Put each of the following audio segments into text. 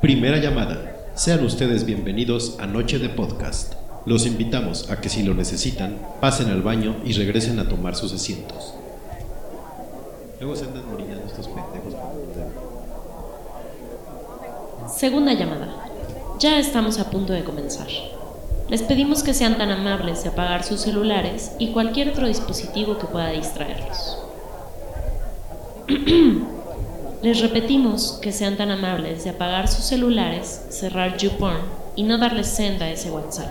Primera llamada. Sean ustedes bienvenidos a Noche de Podcast. Los invitamos a que si lo necesitan, pasen al baño y regresen a tomar sus asientos. Luego se andan orillando estos pendejos. Segunda llamada. Ya estamos a punto de comenzar. Les pedimos que sean tan amables de apagar sus celulares y cualquier otro dispositivo que pueda distraerlos. Les repetimos que sean tan amables de apagar sus celulares, cerrar YouPorn y no darles senda a ese WhatsApp.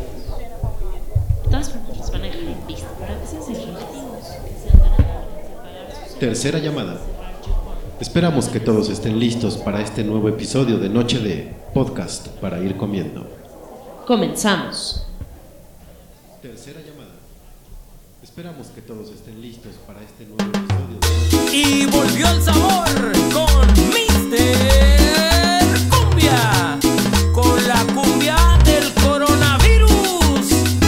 De todas formas, los van a dejar en vista, pero a veces les repetimos que sean tan amables de apagar sus celulares. Tercera llamada. Esperamos que todos estén listos para este nuevo episodio de Noche de Podcast para ir comiendo. Comenzamos. Tercera llamada. Esperamos que todos estén listos para este nuevo episodio de... Y volvió el sabor con Mr. Cumbia, con la cumbia del coronavirus.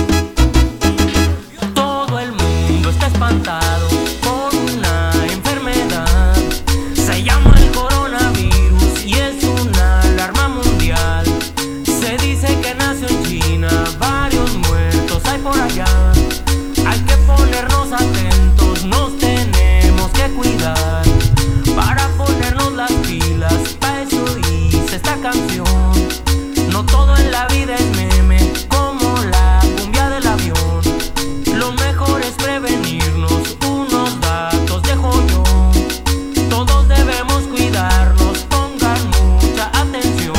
Todo el mundo está espantado con una enfermedad. Se llama el coronavirus y es una alarma mundial. Se dice que nació en China, varios muertos hay por allá. Hay que ponernos atentos, nos tenemos que cuidar para ponernos las pilas, pa' eso dice esta canción. No todo en la vida es meme, como la cumbia del avión. Lo mejor es prevenirnos, unos datos dejo yo. Todos debemos cuidarnos, pongan mucha atención.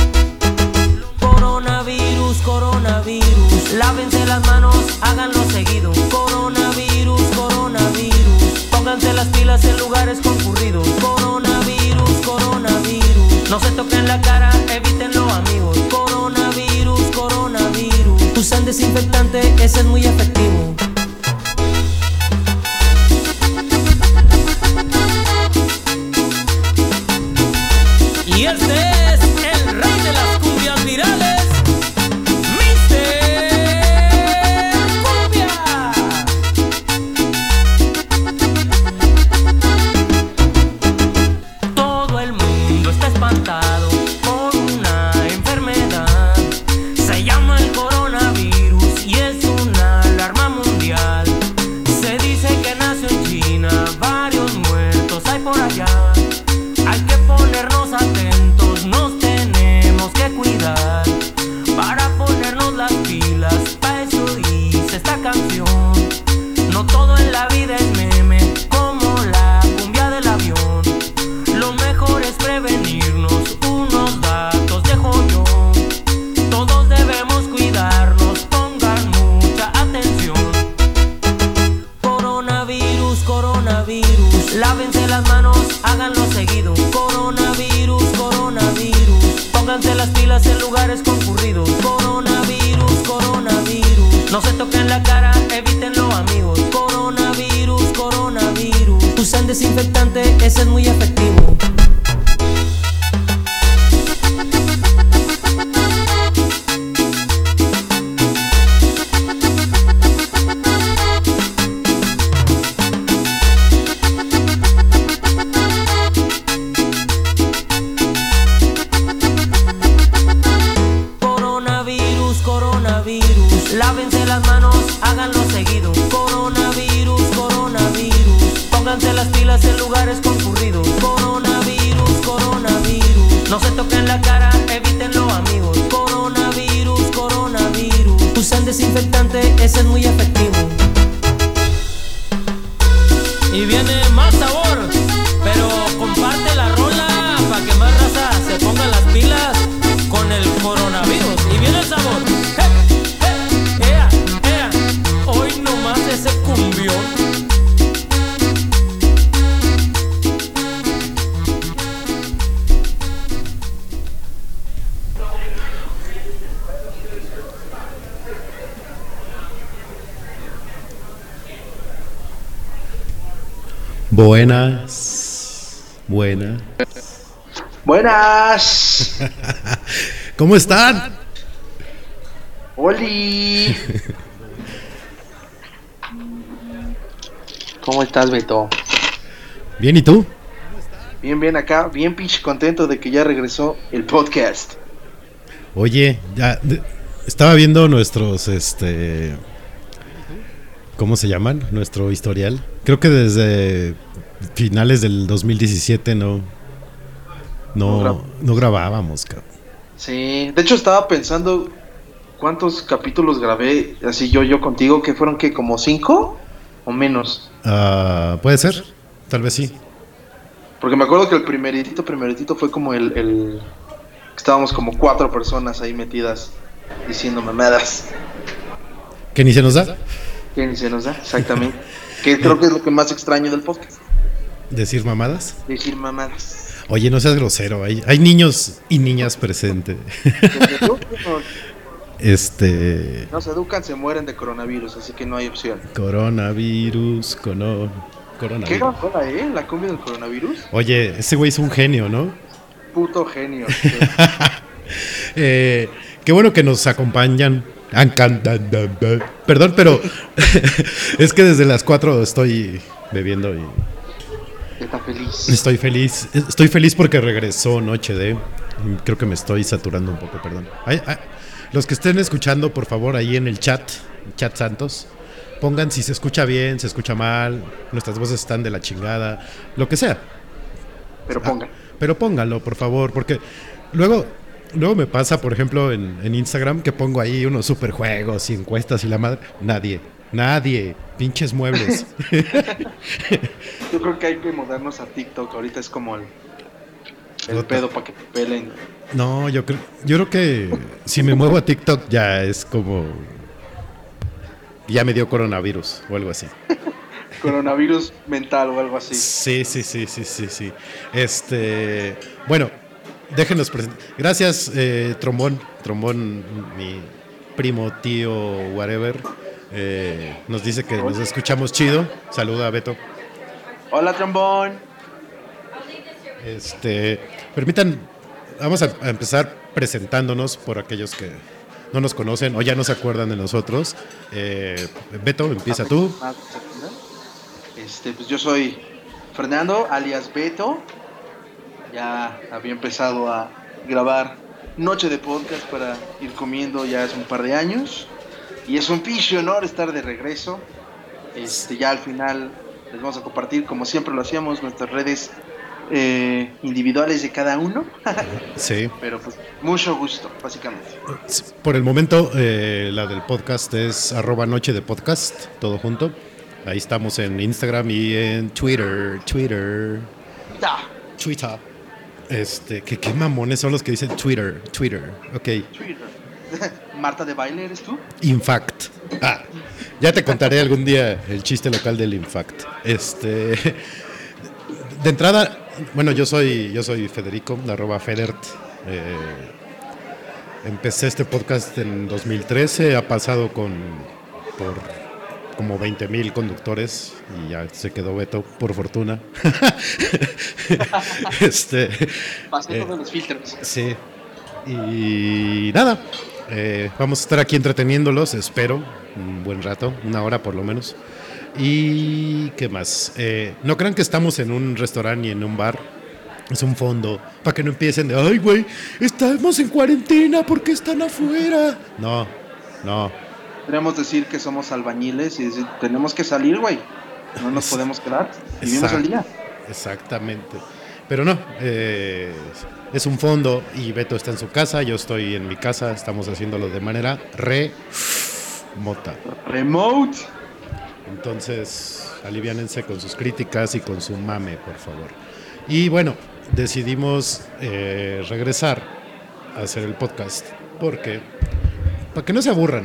Coronavirus, coronavirus, lávense las manos, háganlo seguido. Coronavirus, coronavirus, pónganse las pilas en lugares concurridos. Coronavirus, coronavirus, no se toquen la cara, evítenlo amigos. Coronavirus, coronavirus, usen desinfectante, ese es muy efectivo. Y este es el rey de las cumbias virales, Mr. Cumbia. Todo el mundo está espantado por una enfermedad. Se llama el coronavirus y es una alarma mundial. Se dice que nació en China, varios muertos hay por allá. Hay que ponernos atentos, nos tenemos que cuidar para ponernos las pilas, pa' eso dice esta canción. No todo en la vida es meme, como la cumbia del avión. Lo mejor es prevenirnos, unos datos dejo yo. Todos debemos cuidarnos, pongan mucha atención. Coronavirus, coronavirus, lávense las manos, háganlo seguido. Coronavirus, coronavirus, pónganse las pilas en lugares concurridos. Coronavirus, coronavirus, no se toquen la cara, evítenlo amigos. Coronavirus, coronavirus, usen desinfectante, ese es muy efectivo. Coronavirus, coronavirus, lávense las manos, háganlo seguido. Coronavirus, coronavirus, pónganse las pilas en lugares concurridos. Coronavirus, coronavirus, no se toquen la cara, evítenlo amigos. Coronavirus, coronavirus, usen desinfectante, ese es muy efectivo. Y viene más sabor, pero comparte la rola para que más raza se ponga las pilas con el coronavirus. Y viene el sabor. ¡Ea! Hoy nomás ese cumbión. Buenas. ¿Cómo están? Oli. ¿Cómo estás, Beto? Bien, ¿y tú? Bien acá, bien pinche contento de que ya regresó el podcast. Oye, estaba viendo nuestros, ¿cómo se llaman? Nuestro historial. Creo que desde finales del 2017 no grabábamos, cabrón. Sí, de hecho estaba pensando cuántos capítulos grabé así yo contigo, que fueron que como 5 o menos. Puede ser, tal vez sí. Porque me acuerdo que el primeritito fue como el estábamos como 4 personas ahí metidas diciendo mamadas. ¿Que ni se nos da? Que ni se nos da, exactamente. Que creo que es lo que más extraño del podcast. ¿Decir mamadas? Decir mamadas. Oye, no seas grosero, hay niños y niñas presentes. No se educan, se mueren de coronavirus, así que no hay opción. Coronavirus. ¿Qué rola, la cumbia del coronavirus? Oye, ese güey es un genio, ¿no? Puto genio. Qué bueno que nos acompañan. Perdón, pero es que desde las 4 estoy bebiendo y está feliz. Estoy feliz porque regresó Noche de. Creo que me estoy saturando un poco, perdón. Los que estén escuchando, por favor, ahí en el chat Santos, pongan si se escucha bien, se escucha mal, nuestras voces están de la chingada, lo que sea. Pero pónganlo, por favor, porque luego me pasa, por ejemplo, en Instagram, que pongo ahí unos superjuegos y encuestas y la madre. Nadie, pinches muebles. Yo creo que hay que mudarnos a TikTok, ahorita es como el pedo para que te pelen. No, yo creo que si me muevo a TikTok ya es como... Ya me dio coronavirus o algo así. Coronavirus mental o algo así. Sí. Bueno, déjenos presentar. Gracias, Trombón, mi primo, tío, whatever. Nos dice que nos escuchamos chido. Saluda a Beto. Hola, Trombón. Vamos a empezar presentándonos por aquellos que no nos conocen o ya no se acuerdan de nosotros. Beto, empieza tú. Pues yo soy Fernando, alias Beto. Ya había empezado a grabar Noche de Podcast para ir comiendo ya hace un par de años. Y es un pinche honor estar de regreso. Ya al final les vamos a compartir, como siempre lo hacíamos, nuestras redes individuales de cada uno. Sí. Pero pues mucho gusto, básicamente. Por el momento, la del podcast es @Noche de Podcast, todo junto. Ahí estamos en Instagram y en Twitter. ¿Qué mamones son los que dicen Twitter? Ok. Twitter. Marta de Baile, ¿eres tú? Infact. Ya te contaré algún día el chiste local del Infact. De entrada, bueno, yo soy Federico, @Federt. Empecé este podcast en 2013, ha pasado por como 20,000 conductores y ya se quedó Beto, por fortuna. Pasé todos los filtros. Sí. Y nada, vamos a estar aquí entreteniéndolos, espero, un buen rato, 1 hora por lo menos. ¿Y qué más? No crean que estamos en un restaurante ni en un bar. Es un fondo, para que no empiecen de, ay, güey, estamos en cuarentena, ¿por qué están afuera? No. Podríamos decir que somos albañiles y decir, tenemos que salir, güey. No nos podemos quedar. Vivimos al día. Exactamente. Pero no, es un fondo y Beto está en su casa, yo estoy en mi casa, estamos haciéndolo de manera remote. Entonces, aliviánense con sus críticas y con su mame, por favor. Y bueno, decidimos regresar a hacer el podcast porque para que no se aburran.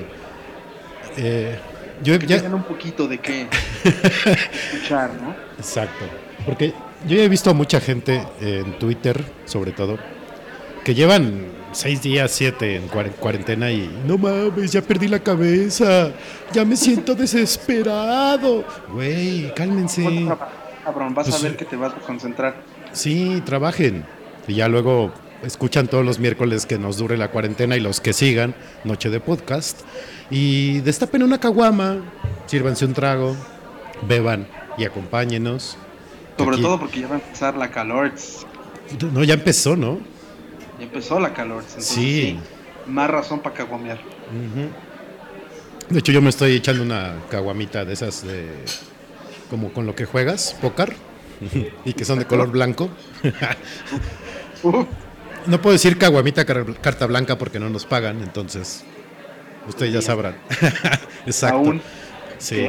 Tengan un poquito de qué escuchar, ¿no? Exacto, porque yo he visto a mucha gente en Twitter, sobre todo, que llevan 6 días, 7 en cuarentena y no mames, ya perdí la cabeza, ya me siento desesperado. Güey, cálmense. Cabrón, vas a ver que te vas a concentrar. Sí, trabajen. Y ya luego escuchan todos los miércoles que nos dure la cuarentena y los que sigan, Noche de Podcast. Y destapen una caguama, sírvanse un trago, beban y acompáñenos. Sobre Aquí- todo porque ya va a empezar la calor. No, ya empezó, ¿no? Ya empezó la calor. Entonces, Sí. más razón para caguamear. Ujú. De hecho, yo me estoy echando una caguamita de esas de... como con lo que juegas, póker, y que son de color blanco. Uf, No puedo decir caguamita carta blanca porque no nos pagan, entonces ustedes ya sabrán. Exacto. aún. Sí.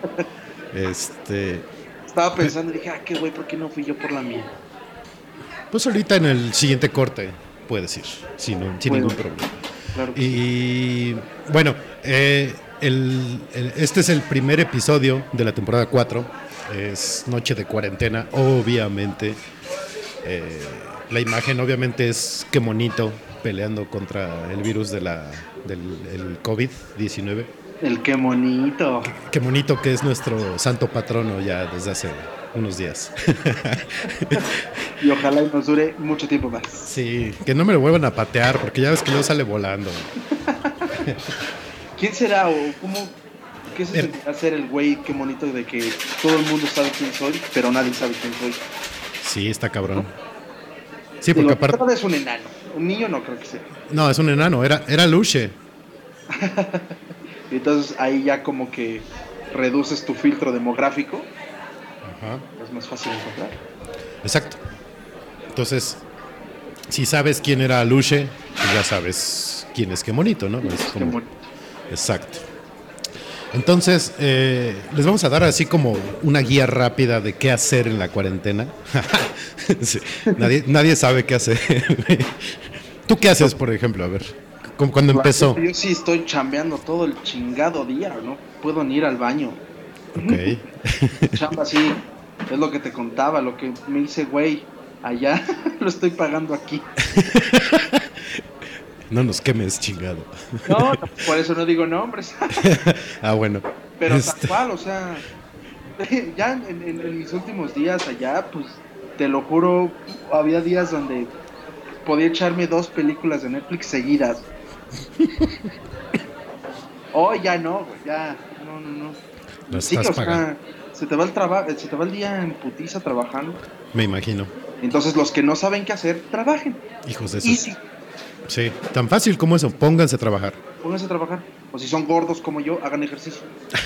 Estaba pensando y dije, qué güey, ¿por qué no fui yo por la mía? Pues ahorita en el siguiente corte puedes ir, sin Bueno. ningún problema. Claro que sí. Y bueno, este es el primer episodio de la temporada 4. Es noche de cuarentena, obviamente. La imagen obviamente es que monito peleando contra el virus del el COVID-19. El qué bonito. Qué monito que es nuestro santo patrono ya desde hace unos días. Y ojalá nos dure mucho tiempo más. Sí, que no me lo vuelvan a patear porque ya ves que luego sale volando. ¿Quién será o cómo? ¿Qué se sentirá ser el güey qué bonito de que todo el mundo sabe quién soy, pero nadie sabe quién soy? Sí, está cabrón. Sí, Digo, porque aparte... todo es un enano. Un niño no creo que sea. No, es un enano, era Luche. Y entonces ahí ya como que reduces tu filtro demográfico. Ajá. Es más fácil encontrar. Exacto. Entonces, si sabes quién era Luche, pues ya sabes quién es qué monito, ¿no? Es Qué como... bonito. Exacto. Entonces, les vamos a dar así como una guía rápida de qué hacer en la cuarentena. Sí, nadie sabe qué hacer. ¿Tú qué haces, por ejemplo? A ver, como cuando empezó. Yo sí estoy chambeando todo el chingado día, no puedo ni ir al baño. Ok. Chamba sí, es lo que te contaba, lo que me hice güey allá, lo estoy pagando aquí. No nos quemes, chingado. No, por eso no digo nombres. Ah, bueno. Pero tal cual, o sea, ya en mis últimos días allá, pues te lo juro, había días donde podía echarme 2 películas de Netflix seguidas. Oh, ya no, güey, ya, no. Lo Sí, estás o sea, pagando. se te va el día en putiza trabajando. Me imagino. Entonces los que no saben qué hacer, trabajen. Hijos de Y esos. sí, Sí, tan fácil como eso. Pónganse a trabajar. pónganse a trabajar. O si son gordos como yo, hagan ejercicio.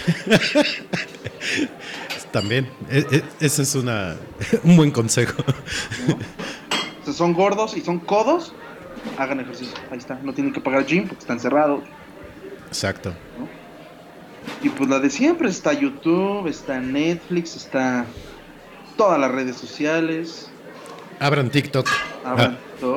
También. Ese es un buen consejo. Si son gordos y son codos, hagan ejercicio. Ahí está. No tienen que pagar gym porque están cerrados. Exacto. Y pues la de siempre, está YouTube, está Netflix, está todas las redes sociales, Abran TikTok. abran TikTok.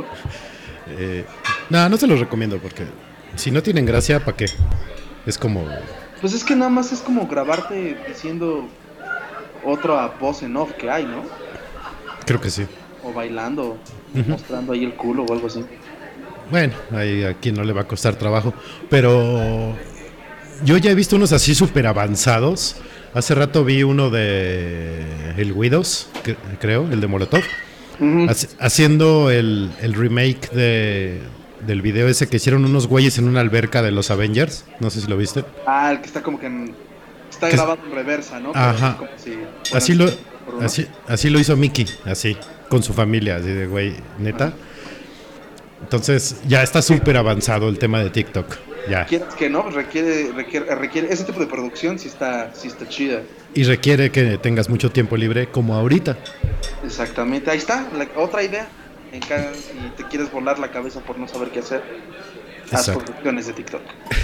No se los recomiendo porque si no tienen gracia, ¿para qué? Es como... Pues es que nada más es como grabarte diciendo otra voz en off que hay, ¿no? Creo que sí. O bailando, Ujú. mostrando ahí el culo o algo así. Bueno, hay a quien no le va a costar trabajo. Pero yo ya he visto unos así súper avanzados. Hace rato vi uno de el Widows, creo, el de Molotov. Ujú. Haciendo el remake del video ese que hicieron unos güeyes en una alberca de los Avengers. No sé si lo viste. Ah, el que está como que está Que es- grabado en reversa, ¿no? Ajá. Como si Así fueran lo, por uno. así lo hizo Mickey, así, con su familia, así de güey, neta. Entonces ya está súper avanzado el tema de TikTok. Ya. Quieras que no, pues requiere ese tipo de producción, sí está chida. Y requiere que tengas mucho tiempo libre como ahorita. Exactamente, ahí está, otra idea. Si te quieres volar la cabeza por no saber qué hacer, haz Exacto. producciones de TikTok.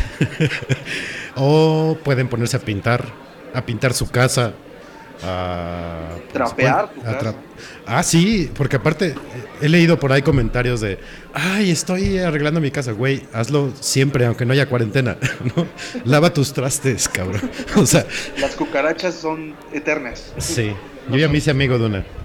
O pueden ponerse a pintar su casa. Trapear tu casa. Sí, porque aparte he leído por ahí comentarios de, ay, estoy arreglando mi casa, güey, hazlo siempre, aunque no haya cuarentena, ¿no? Lava tus trastes, cabrón. O sea, Las cucarachas son eternas. sí, yo ya me hice amigo de una.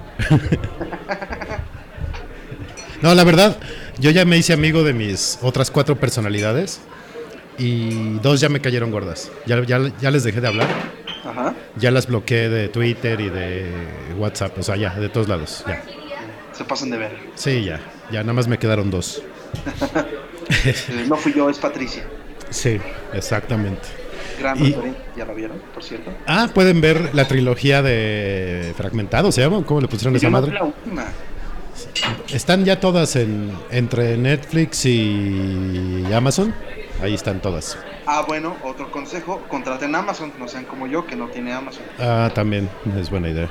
No, la verdad, yo ya me hice amigo de mis otras 4 personalidades y 2 ya me cayeron gordas. Ya les dejé de hablar. Ajá. Ya las bloqueé de Twitter y de WhatsApp, o sea, ya, de todos lados, ya. Se pasan de ver. Sí, ya nada más me quedaron 2. No fui yo, es Patricia. Sí, exactamente. Gran Y- referencia, ya la vieron, por cierto. pueden ver la trilogía de Fragmentado, ¿se llama? ¿Cómo le pusieron a esa Yo no madre? vi la última. Están ya todas entre Netflix y Amazon. Ahí están todas. Bueno, otro consejo, contraten Amazon, no sean como yo, que no tiene Amazon. También es buena idea.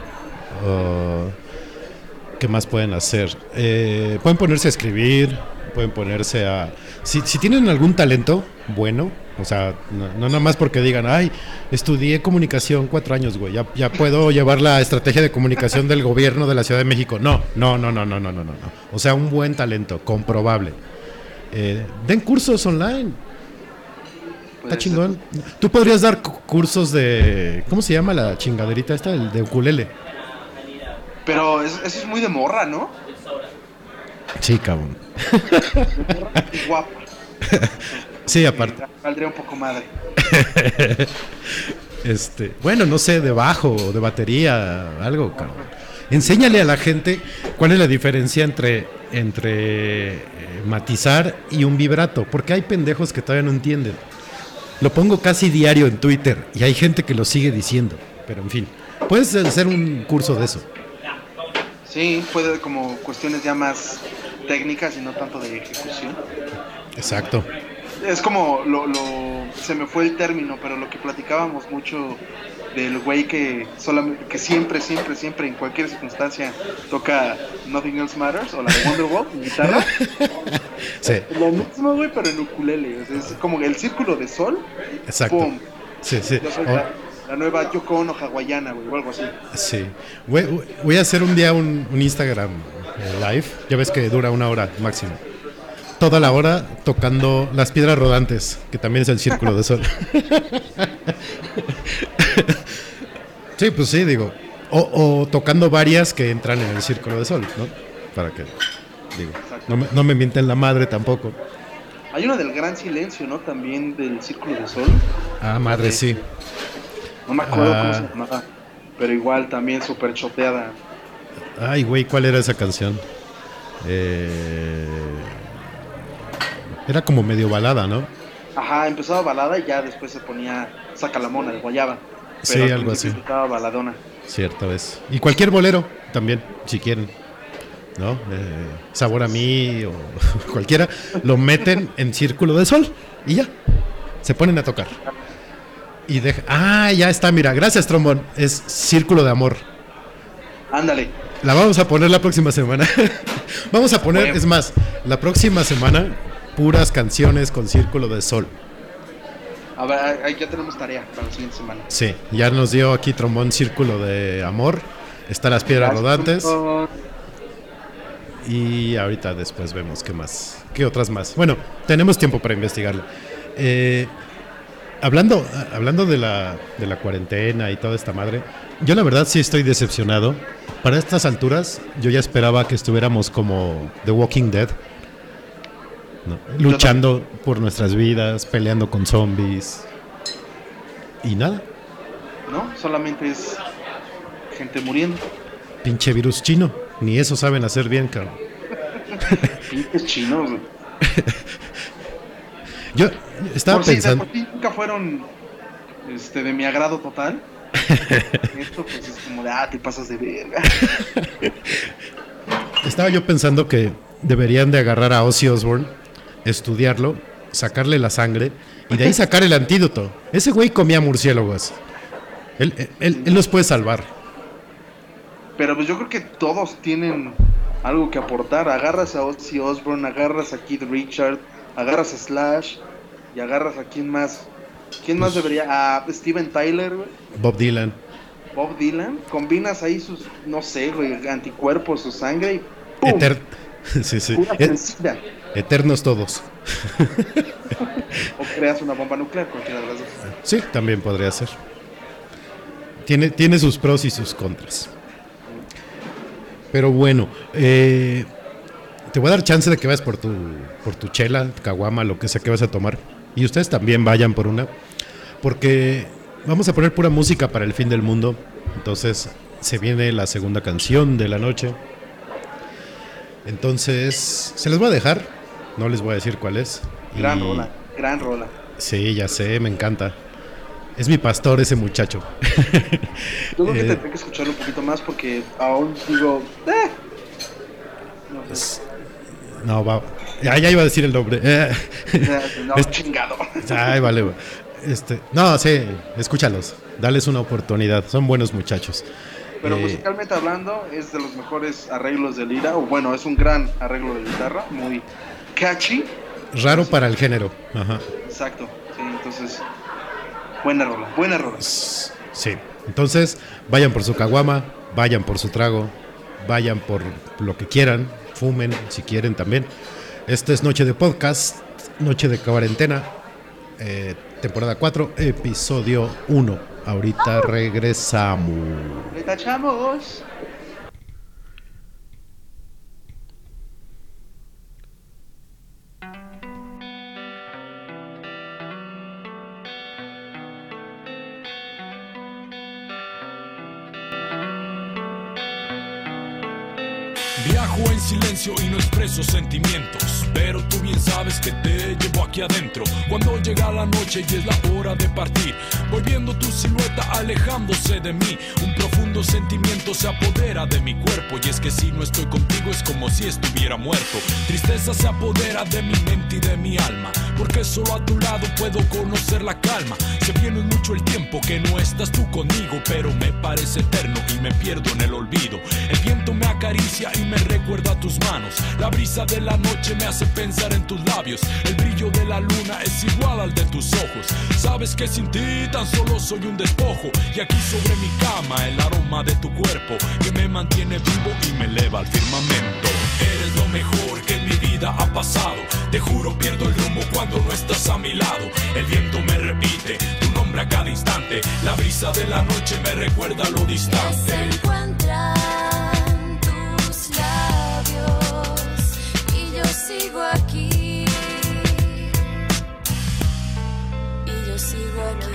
¿Qué más pueden hacer? Pueden ponerse a escribir, pueden ponerse a... Si tienen algún talento bueno, o sea, no nada más porque digan, ay, estudié comunicación 4 años, güey, ya puedo llevar la estrategia de comunicación del gobierno de la Ciudad de México. No. O sea, un buen talento, comprobable. Den cursos online. Puede Está ser. chingón. Tú podrías dar cursos de... ¿Cómo se llama la chingaderita esta? El de ukulele. Pero eso es muy de morra, ¿no? Sí, cabrón. De morra y guapa. Sí, aparte. Valdría un poco madre. Bueno, no sé, de bajo o de batería, algo, cabrón. Enséñale a la gente cuál es la diferencia entre matizar y un vibrato, porque hay pendejos que todavía no entienden. Lo pongo casi diario en Twitter y hay gente que lo sigue diciendo, pero en fin, puedes hacer un curso de eso. Sí, puede como cuestiones ya más técnicas y no tanto de ejecución. Exacto. Es como se me fue el término, pero lo que platicábamos mucho del güey que siempre en cualquier circunstancia toca Nothing Else Matters o la de Wonderwall en guitarra. Sí, Lo mismo, güey, pero en ukulele. O sea, es como el círculo de sol. exacto. ¡Pum! Sí, sí. Yo soy la nueva Yoko Ono hawaiana, güey, o algo así. Sí. Voy a hacer un día un Instagram live. Ya ves que dura 1 hora máximo. Toda la hora tocando las piedras rodantes, que también es el círculo de sol. Sí, pues sí, digo. O tocando varias que entran en el círculo de sol, ¿no? Para que, digo, no me mienten la madre tampoco. Hay una del Gran Silencio, ¿no? También del Círculo de Sol. Madre, sí. No me acuerdo cómo se llamaba. Pero igual también súper choteada. Ay, güey, ¿cuál era esa canción? Era como medio balada, ¿no? Ajá, empezaba balada y ya después se ponía Saca la Mona de Guayaba. Sí, Pero al algo principio así. Estaba baladona. Cierta vez. Y cualquier bolero también, si quieren. ¿No? Sabor a mí o cualquiera. Lo meten en círculo de sol y ya. Se ponen a tocar. Y ya está, mira. Gracias, trombón. Es Círculo de Amor. Ándale. La vamos a poner la próxima semana. Vamos a poner, Bueno. es más, la próxima semana, puras canciones con Círculo de Sol. A ver, ahí ya tenemos tarea para la siguiente semana. Sí, ya nos dio aquí trombón Círculo de Amor. Está las piedras rodantes. Y ahorita después vemos qué más, qué otras más. Bueno, tenemos tiempo para investigarlo. Hablando de la cuarentena y toda esta madre, yo la verdad sí estoy decepcionado. Para estas alturas, yo ya esperaba que estuviéramos como The Walking Dead, ¿no? Luchando por nuestras vidas, peleando con zombies. Y nada, ¿No? Solamente es gente muriendo. pinche virus chino. Ni eso saben hacer bien, cabrón. Pinches chinos, güey. Yo estaba Por si de pensando... por sí nunca fueron de mi agrado total. Esto pues es como de, te pasas de verga. Estaba yo pensando que deberían de agarrar a Ozzy Osbourne, estudiarlo, sacarle la sangre y de ahí sacar el antídoto. Ese güey comía murciélagos. Él nos puede salvar. Pero pues yo creo que todos tienen algo que aportar. Agarras a Ozzy Osbourne, agarras a Keith Richards, agarras a Slash y agarras a quién más. ¿Quién más debería? A Steven Tyler, güey. Bob Dylan. Bob Dylan. Combinas ahí sus, no sé, güey, anticuerpos, su sangre y ¡pum! Sí, sí. Pura sencilla. Eternos todos. O creas una bomba nuclear, cualquiera de las dos. Sí, también podría ser. Tiene sus pros y sus contras. Pero bueno, te voy a dar chance de que vayas por tu chela, caguama, lo que sea que vas a tomar. Y ustedes también vayan por una. Porque vamos a poner pura música para el fin del mundo. Entonces se viene la segunda canción de la noche. Entonces se les voy a dejar. No les voy a decir cuál es. Gran rola, gran rola. Sí, ya sé, me encanta. Es mi pastor ese muchacho. Yo creo que tendré que escucharlo un poquito más porque aún digo... No sé. No, va. Ya iba a decir el nombre. No, chingado. Ay, vale. No, sí, escúchalos. Dales una oportunidad. Son buenos muchachos. Pero musicalmente hablando, es de los mejores arreglos de lira. O bueno, es un gran arreglo de guitarra. Muy catchy. Raro para el género. Ajá. Exacto. Sí, entonces... Buena rola. Sí. Entonces, vayan por su caguama, vayan por su trago, vayan por lo que quieran, fumen si quieren también. Esto es Noche de Podcast, Noche de Cuarentena, temporada 4, episodio 1. Ahorita regresamos. ¡Le tachamos! Viajo en silencio y no expreso sentimientos, pero tú bien sabes que te llevo aquí adentro. Cuando llega la noche y es la hora de partir, voy viendo tu silueta alejándose de mí. Un profundo sentimiento se apodera de mi cuerpo, y es que si no estoy contigo es como si estuviera muerto. Tristeza se apodera de mi mente y de mi alma, porque solo a tu lado puedo conocer la calma. Se viene mucho el tiempo que no estás tú conmigo, pero me parece eterno y me pierdo en el olvido. El viento me acaricia y me recuerda a tus manos. La brisa de la noche me hace pensar en tus labios. El brillo de la luna es igual al de tus ojos. Sabes que sin ti tan solo soy un despojo, y aquí sobre mi cama el aroma de tu cuerpo que me mantiene vivo y me eleva al firmamento. Eres lo mejor que en mi vida ha pasado. Te juro pierdo el rumbo cuando no estás a mi lado. El viento me repite tu nombre a cada instante. La brisa de la noche me recuerda lo distante. Se encuentran tus labios y yo sigo aquí. Y yo sigo aquí.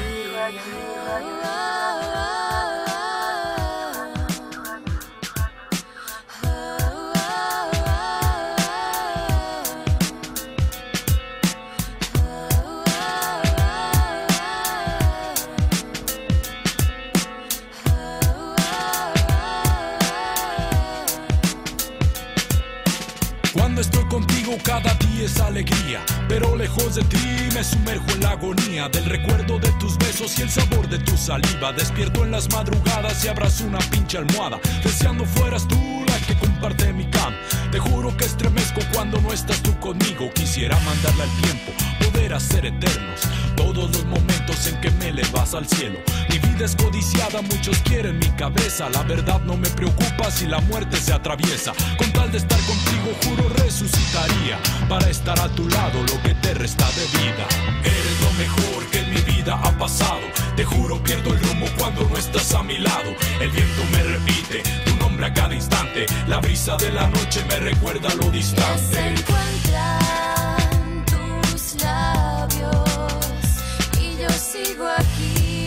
Cuando estoy contigo cada día es alegría, pero lejos de ti me sumerjo en la agonía del recuerdo de tus besos y el sabor de tu saliva. Despierto en las madrugadas y abrazo una pinche almohada, deseando fueras tú la que comparte mi cama. Te juro que estremezco cuando no estás tú conmigo. Quisiera mandarle al tiempo, poder hacer eternos todos los momentos en que me elevas al cielo. Mi vida es codiciada, muchos quieren mi cabeza. La verdad no me preocupa si la muerte se atraviesa. Con tal de estar contigo juro resucitaría para estar a tu lado lo que te resta de vida. Eres lo mejor que en mi vida ha pasado. Te juro pierdo el rumbo cuando no estás a mi lado. El viento me repite tu nombre a cada instante. La brisa de la noche me recuerda lo distante. Se encuentran tus labios y yo sigo aquí.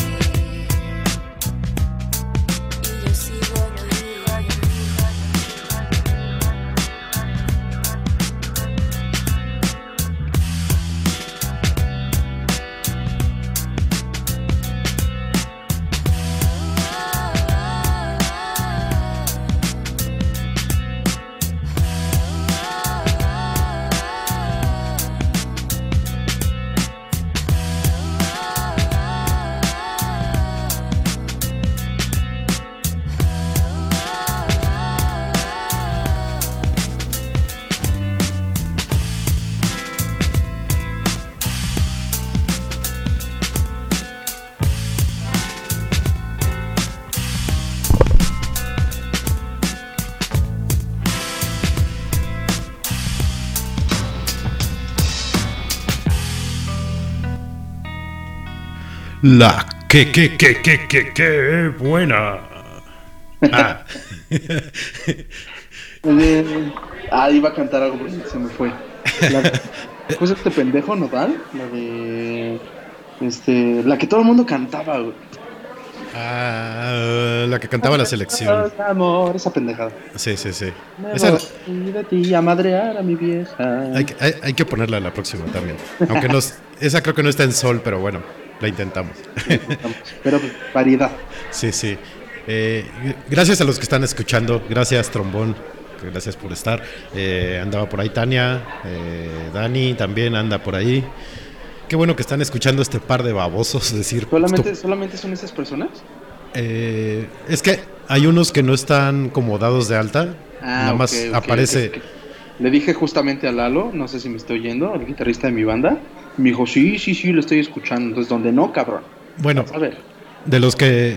Y yo sigo aquí. La que buena. Ah. Iba a cantar algo, pero se me fue. ¿Pues este pendejo Nodal? La de... la que todo el mundo cantaba, güey. La que cantaba la selección. Amor, esa pendejada. Sí. Me Esa, voy de ti a madrear a mi vieja. hay que ponerla la próxima también. Aunque no, esa creo que no está en sol, pero bueno. la intentamos. Pero variedad. Sí, sí. Gracias a los que están escuchando. Gracias, Trombón. Gracias por estar. Andaba por ahí Tania. Dani también anda por ahí. Qué bueno que están escuchando este par de babosos decir. ¿Solamente son esas personas? Es que hay unos que no están como dados de alta. Nada más aparece. Ok. Le dije justamente a Lalo, no sé si me estoy oyendo, el guitarrista de mi banda. Me dijo, sí, lo estoy escuchando. Entonces, donde no, cabrón. Bueno, A ver. de los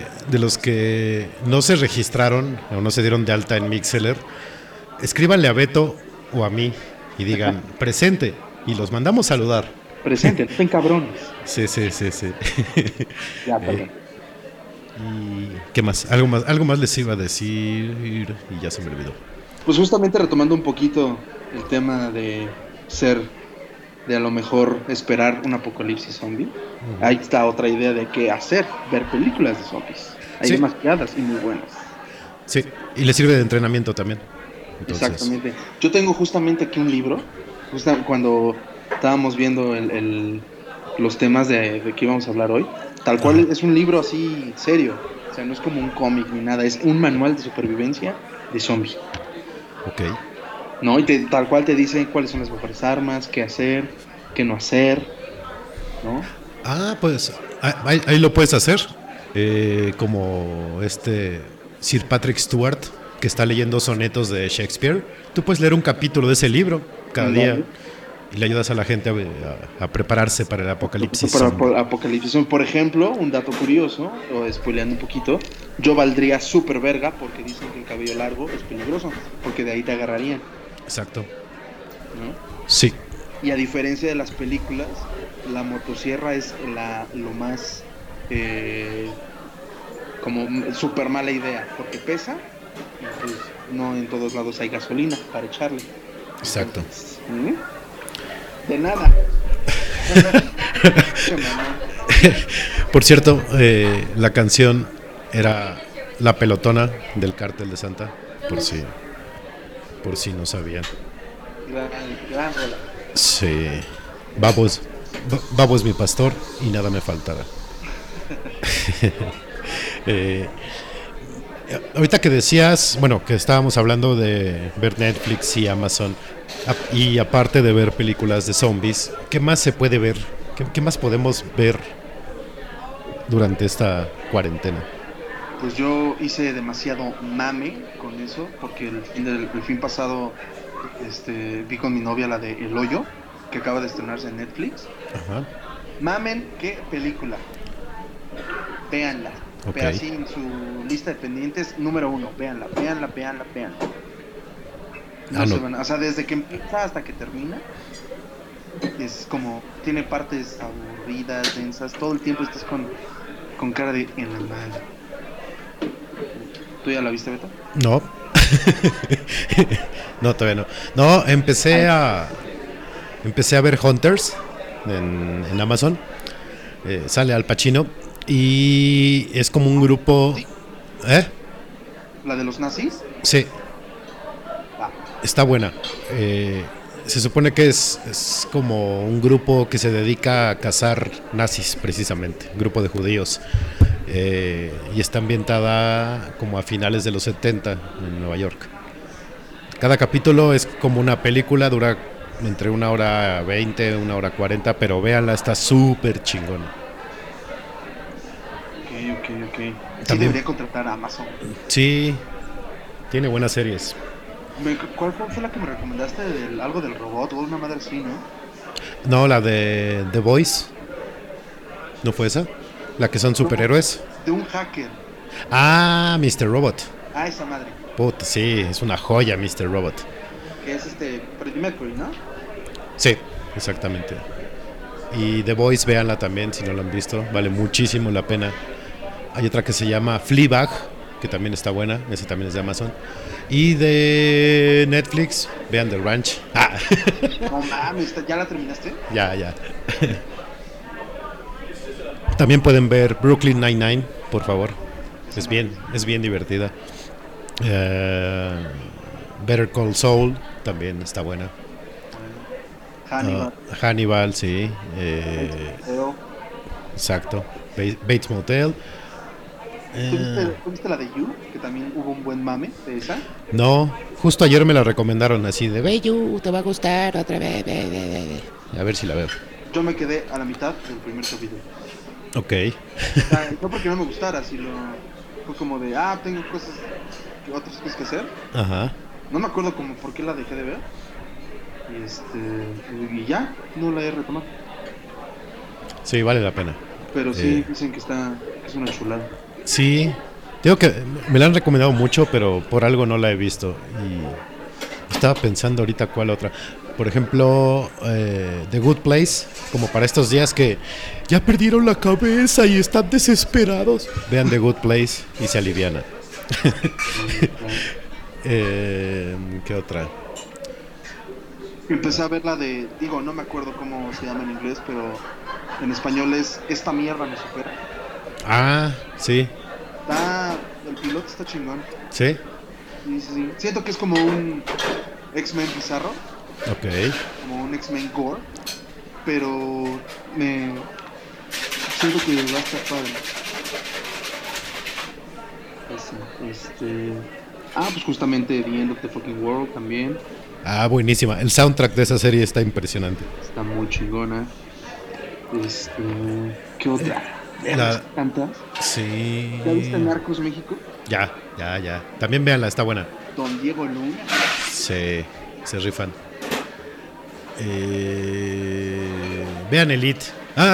que no se registraron o no se dieron de alta en Mixlr, escríbanle a Beto o a mí y digan presente y los mandamos saludar. Presente, no estén cabrones. Sí. Ya, perdón. ¿Y qué más? Algo más les iba a decir y ya se me olvidó. Pues justamente retomando un poquito el tema de a lo mejor esperar un apocalipsis zombie. Ahí está otra idea de qué hacer, ver películas de zombies. Hay demasiadas y muy buenas. Sí, y les sirve de entrenamiento también. Entonces, exactamente. Yo tengo justamente aquí un libro, cuando estábamos viendo los temas de que íbamos a hablar hoy. Tal cual es un libro así serio, o sea, no es como un cómic ni nada, es un manual de supervivencia de zombies. Ok. ¿No? Y tal cual te dice cuáles son las mejores armas, qué hacer, qué no hacer, ¿no? Pues ahí lo puedes hacer, como Sir Patrick Stewart, que está leyendo sonetos de Shakespeare. Tú puedes leer un capítulo de ese libro cada día y le ayudas a la gente a prepararse para el apocalipsis. Apocalipsis. Por ejemplo, un dato curioso, o spoileando un poquito, yo valdría súper verga porque dicen que el cabello largo es peligroso, porque de ahí te agarrarían. Exacto. ¿No? Sí. Y a diferencia de las películas, la motosierra es lo más como súper mala idea, porque pesa y pues no en todos lados hay gasolina para echarle. Exacto. De nada. Por cierto, la canción era La Pelotona del Cártel de Santa, por si no sabían. Gran rola. Sí. Babo es mi pastor y nada me faltará. Ahorita que decías, bueno, que estábamos hablando de ver Netflix y Amazon, y aparte de ver películas de zombies, ¿qué más se puede ver? ¿Qué más podemos ver durante esta cuarentena? Pues yo hice demasiado mame con eso, porque el fin pasado vi con mi novia la de El Hoyo, que acaba de estrenarse en Netflix. Ajá. Mamen, qué película. Véanla. Okay. Pero así en su lista de pendientes, número 1, véanla. O sea, desde que empieza hasta que termina, es como, tiene partes aburridas, densas, todo el tiempo estás con cara de en la madre. ¿Tú ya la viste, Beto? No. No, todavía no. No, empecé a ver Hunters en Amazon. Sale Al Pacino y es como un grupo. ¿La de los nazis? Sí. Está buena. Se supone que es como un grupo que se dedica a cazar nazis, precisamente, un grupo de judíos. Y está ambientada como a finales de los 70 en Nueva York. Cada capítulo es como una película, dura entre 1h20, 1h40, pero véanla, está súper chingona. Ok. Sí, También debería contratar a Amazon. Sí, tiene buenas series. ¿Cuál fue la que me recomendaste? Algo del robot o una madre así, ¿no? No, la de The Voice. ¿No fue esa? La que son superhéroes. De un hacker. Ah, Mr. Robot. Ah, esa madre. Puta, sí, es una joya Mr. Robot. Que es Freddie Mercury, ¿no? Sí, exactamente. Y The Voice, véanla también si no la han visto, vale muchísimo la pena. Hay otra que se llama Fleabag, que también está buena, esa también es de Amazon. Y de Netflix, vean The Ranch. No mames, ¿ya la terminaste? Ya. También pueden ver Brooklyn Nine-Nine, por favor. Es bien divertida. Better Call Saul también está buena. Hannibal. Hannibal, sí. exacto. Bates Motel. ¿Tú viste la de You? Que también hubo un buen mame de esa. No, justo ayer me la recomendaron así de ve You, te va a gustar otra vez. Ve. A ver si la veo. Yo me quedé a la mitad del primer capítulo. Ok. O sea, no porque no me gustara, sino fue como de, tengo otras cosas que hacer. Ajá. No me acuerdo como por qué la dejé de ver. Y ya, no la he retomado. Sí, vale la pena. Pero sí, dicen que es una chulada. Sí, digo que me la han recomendado mucho, pero por algo no la he visto. Y estaba pensando ahorita cuál otra. Por ejemplo, The Good Place, como para estos días que ya perdieron la cabeza y están desesperados. Vean The Good Place y se aliviana. ¿Qué otra? Empecé a ver la de, no me acuerdo cómo se llama en inglés, pero en español es Esta mierda me supera. Ah, sí. El piloto está chingón. ¿Sí? Sí. Siento que es como un X-Men bizarro. Ok. Como un X-Men gore. Pero siento que va a estar padre. Pues justamente The End of the Fucking World también. Buenísima. El soundtrack de esa serie está impresionante. Está muy chingona. ¿Qué otra? ¿Tantas? Sí. ¿Ya viste Narcos México? Ya. También véanla, está buena. Don Diego Luna. Se rifan. Vean Elite.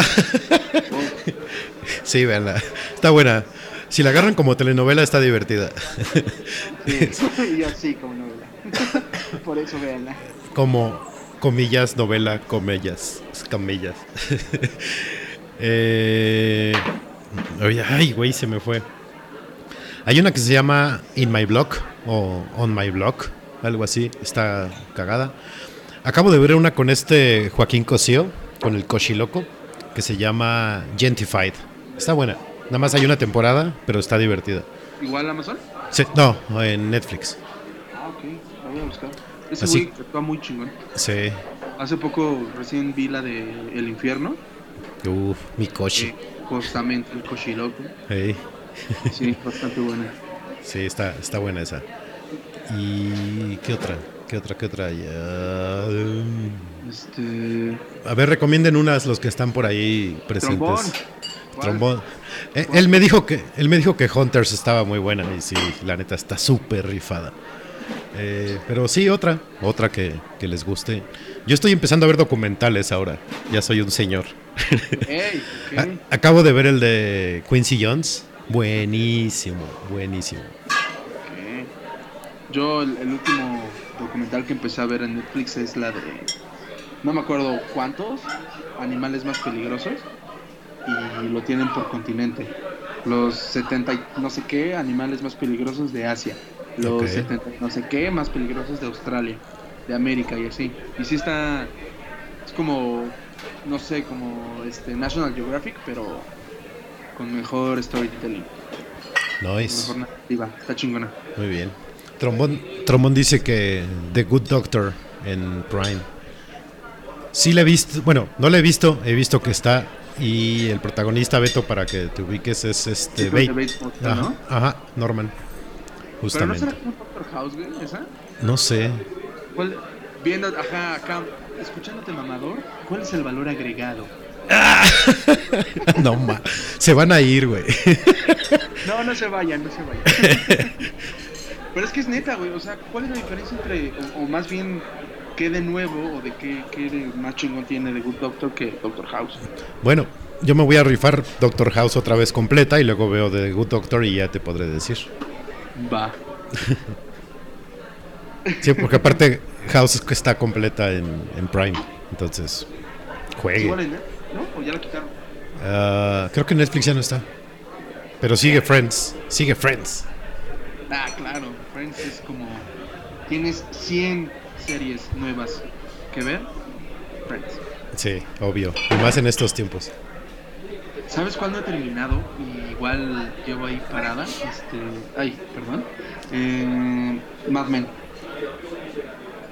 Sí, véanla. Está buena. Si la agarran como telenovela, está divertida. Sí, yo sí, como novela. Por eso véanla. Como comillas, novela, comillas. Ay, güey, se me fue. Hay una que se llama In My Block o On My Block, algo así. Está cagada. Acabo de ver una con Joaquín Cosío, con el Cochiloco, que se llama Gentified. Está buena. Nada más hay una temporada, pero está divertida. ¿Igual Amazon? Sí, no, en Netflix. Ok, la voy a buscar. Ese Así- güey actúa muy chingón. Sí. Hace poco recién vi la de El Infierno. Mi Cochi. Justamente el Cochiloco. Hey. Sí, bastante buena. Sí, está buena esa. ¿Y qué otra? Ya, A ver, recomienden unas los que están por ahí presentes. Trombón. Él me dijo que Hunters estaba muy buena y sí, la neta está súper rifada. Pero sí, otra que les guste. Yo estoy empezando a ver documentales ahora. Ya soy un señor. Hey, okay. Acabo de ver el de Quincy Jones. Buenísimo. Okay. Yo el último documental que empecé a ver en Netflix es la de, no me acuerdo cuántos animales más peligrosos, y lo tienen por continente. Los 70 y no sé qué animales más peligrosos de Asia, los 70 no sé qué más peligrosos de Australia, de América y así. Y sí está, es como, no sé, como National Geographic, pero con mejor storytelling. Nice. Mejor narrativa, está chingona. Muy bien. Trombón dice que The Good Doctor en Prime. Sí la he visto, bueno, no la he visto que está. Y el protagonista, Beto, para que te ubiques, es Sí, Bates Motel, ¿no? Ajá, Norman. Justamente. ¿Pero no será como Doctor House, güey, esa? No sé. Viendo, acá, escuchándote mamador, ¿cuál es el valor agregado? No, se van a ir, güey. No se vayan. Pero es que es neta, güey, o sea, ¿cuál es la diferencia entre, o más bien, qué de nuevo, o de qué de más chingón tiene The Good Doctor que Doctor House? Bueno, yo me voy a rifar Doctor House otra vez completa y luego veo The Good Doctor y ya te podré decir. Va. Sí, porque aparte House es que está completa en Prime, entonces juegue. ¿Igual en Netflix, no? ¿O ya la quitaron? Creo que en Netflix ya no está. Pero sigue Friends. Claro, Friends es como, tienes 100 series nuevas que ver, Friends. Sí, obvio. Y más en estos tiempos. ¿Sabes cuál no he terminado? Y igual llevo ahí parada. Mad Men.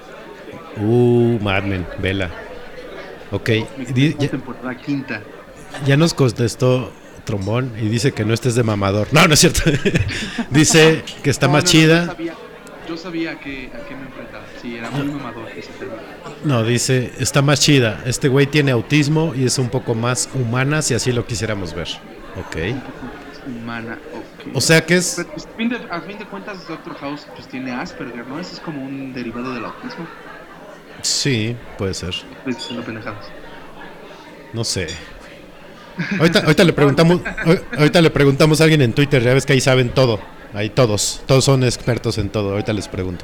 Mad Men, vela. Ok. Temporada quinta. Ya nos contestó Trombón y dice que no estés de mamador. No, no es cierto. Dice que está No, más no, no, chida. yo sabía a qué me enfrentaba. Sí, era muy mamador ese término. No, dice, está más chida. Este güey tiene autismo y es un poco más humana si así lo quisiéramos ver. Ok. Humana, ok. O sea que es... Pero, pues, a fin de cuentas, Doctor House pues tiene Asperger, ¿no? Ese es como un derivado del autismo. Sí, puede ser. Pues diciendo pendejadas. No sé. Ahorita le preguntamos, ahorita le preguntamos a alguien en Twitter, ya ves que ahí saben todo. Ahí todos son expertos en todo. Ahorita les pregunto.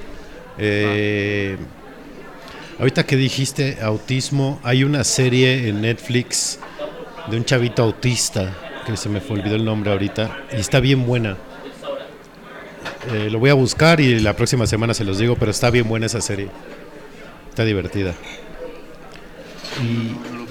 Ahorita que dijiste autismo, hay una serie en Netflix de un chavito autista que se me olvidó el nombre ahorita y está bien buena. Lo voy a buscar y la próxima semana se los digo, pero está bien buena esa serie. Está divertida. Y No lo vi.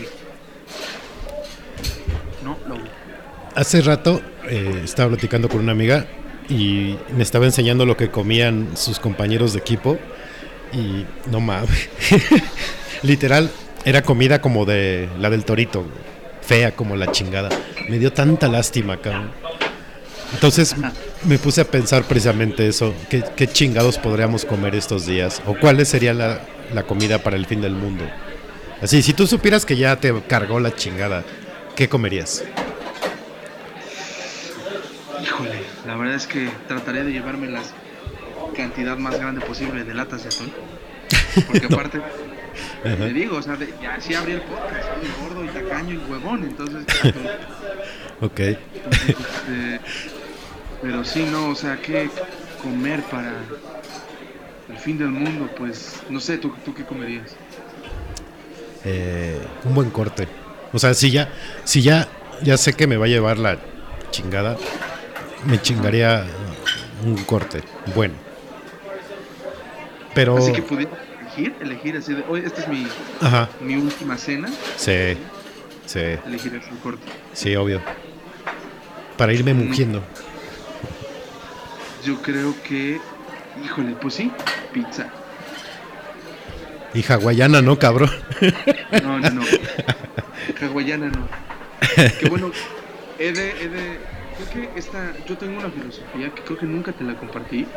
No lo vi. hace rato estaba platicando con una amiga y me estaba enseñando lo que comían sus compañeros de equipo y no mames. Literal, era comida como de la del Torito, fea como la chingada. Me dio tanta lástima, cabrón. Entonces me puse a pensar precisamente eso, ¿qué chingados podríamos comer estos días? ¿O cuál sería la comida para el fin del mundo? Así, si tú supieras que ya te cargó la chingada, ¿qué comerías? Híjole, la verdad es que trataré de llevarme la cantidad más grande posible de latas de atún. Porque aparte, te digo, o sea, ya sí abrí el podcast, soy gordo y tacaño y huevón, entonces... Ok. Pero sí, no, o sea, ¿qué comer para el fin del mundo? Pues, no sé, ¿tú qué comerías? Un buen corte. O sea, si ya sé que me va a llevar la chingada, me chingaría un corte bueno. Pero Así que pudiera elegir así de, oye, esta es mi última cena, sí, elegiré un corte. sí, obvio. Para irme mugiendo. Yo creo que, híjole, pues sí, pizza. Y hawaiana, ¿no, cabrón? No. Hawaiana no. Que bueno, creo que yo tengo una filosofía que creo que nunca te la compartí.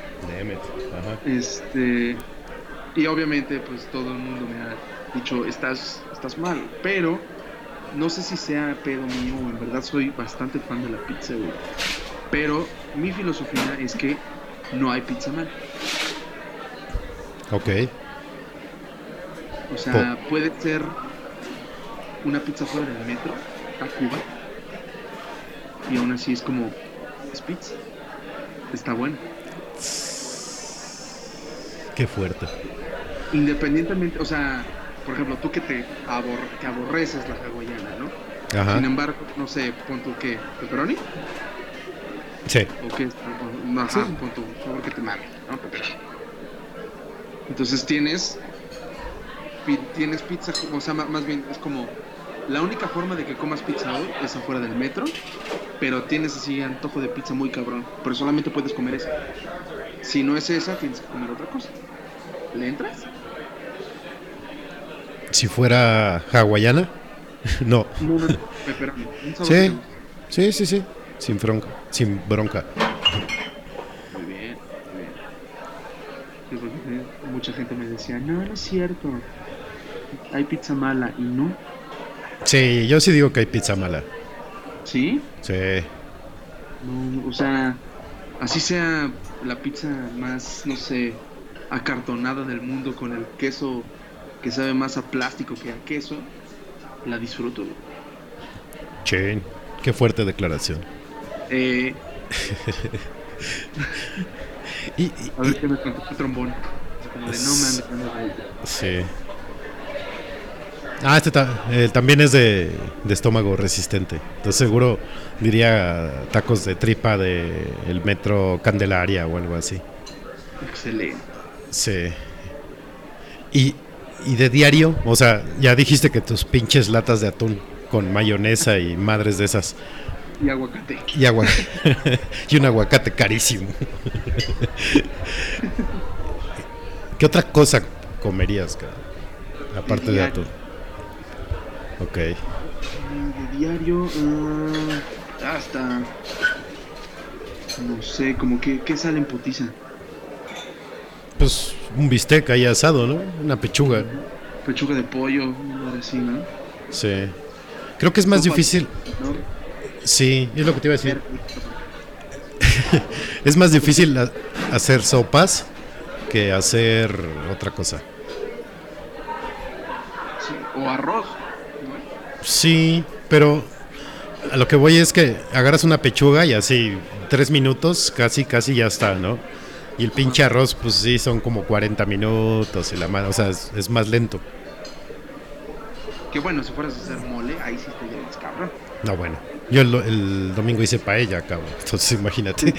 Ajá. Y obviamente pues todo el mundo me ha dicho, estás mal, pero no sé si sea pedo mío o en verdad soy bastante fan de la pizza, güey. Pero mi filosofía es que no hay pizza mal. Ok. O sea, puede ser una pizza fuera del metro, a Cuba, y aún así es como, es pizza. Está bueno. Qué fuerte. Independientemente, o sea, por ejemplo, tú que aborreces la hawaiana, ¿no? Ajá. Sin embargo, no sé, pon tu qué, pepperoni, Sí. o qué, ajá, pon tu favor que te mame, ¿no? Pepperoni. Entonces tienes pizza, o sea, más bien es como la única forma de que comas pizza hoy es afuera del metro, pero tienes así antojo de pizza muy cabrón, pero solamente puedes comer esa. Si no es esa, tienes que comer otra cosa. ¿Le entras? Si fuera hawaiana, no. No, pepperoni. Un sabor que te gusta. Sí. Sin bronca. Muy bien. Sí, porque mucha gente me decía, no es cierto. Hay pizza mala y no. Sí, yo sí digo que hay pizza mala. ¿Sí? Sí. No, o sea, así sea la pizza más, no sé, acartonada del mundo con el queso que sabe más a plástico que a queso, la disfruto. Chin, qué fuerte declaración. A ver qué me contó el trombón. Como de, no mames. Sí. También es de estómago resistente. Entonces seguro diría tacos de tripa de el metro Candelaria o algo así. Excelente. Sí. Y de diario, o sea, ya dijiste que tus pinches latas de atún con mayonesa y madres de esas. Y aguacate. Y un aguacate carísimo. ¿Qué otra cosa comerías, cara? Aparte de atún. Ok. De diario, hasta... No sé, como que ¿qué sale en putiza? Pues un bistec ahí asado, ¿no? Una pechuga. Pechuga de pollo, algo así, ¿no? Sí. Creo que es más Sopas, difícil. ¿no? Sí, es lo que te iba a decir. Es más difícil hacer sopas que hacer otra cosa. Sí, o arroz, ¿no? Sí, pero a lo que voy es que agarras una pechuga y así 3 minutos casi ya está, ¿no? Y el pinche arroz, pues sí, son como 40 minutos y la mano, o sea, es más lento. Que bueno, si fueras a hacer mole, ahí sí te llevas, cabrón. No, bueno, yo el domingo hice paella, cabrón, entonces imagínate.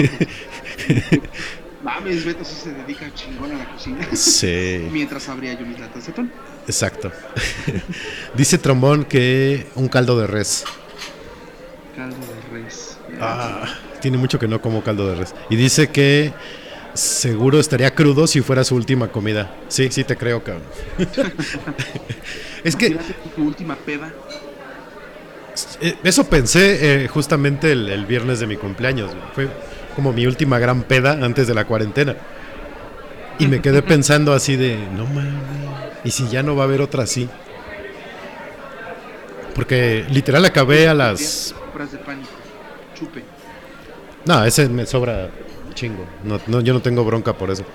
Mames, Beto sí se dedica chingón a la cocina. Sí. Mientras abría yo mis latas de atún. Exacto. Dice Trombón que un caldo de res. Caldo de res. Tiene mucho que no como caldo de res. Y dice que seguro estaría crudo si fuera su última comida. Sí, sí te creo, cabrón. Es que Imagínate tu última peda. eso pensé justamente el viernes de mi cumpleaños. Fue como mi última gran peda antes de la cuarentena. Y me quedé pensando así de, no mames, ¿y si ya no va a haber otra así? Porque literal acabé a las... Compras de pánico. Chupe. No, ese me sobra chingo. No, yo no tengo bronca por eso.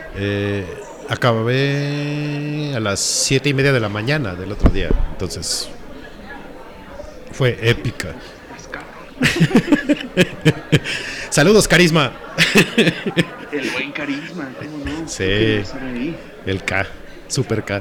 Acabé a las 7:30 de la mañana del otro día. Entonces, fue épica. Saludos, Carisma. El buen Carisma, ¿cómo no? Sí. ¿Qué pasa ahí? El K, Super K.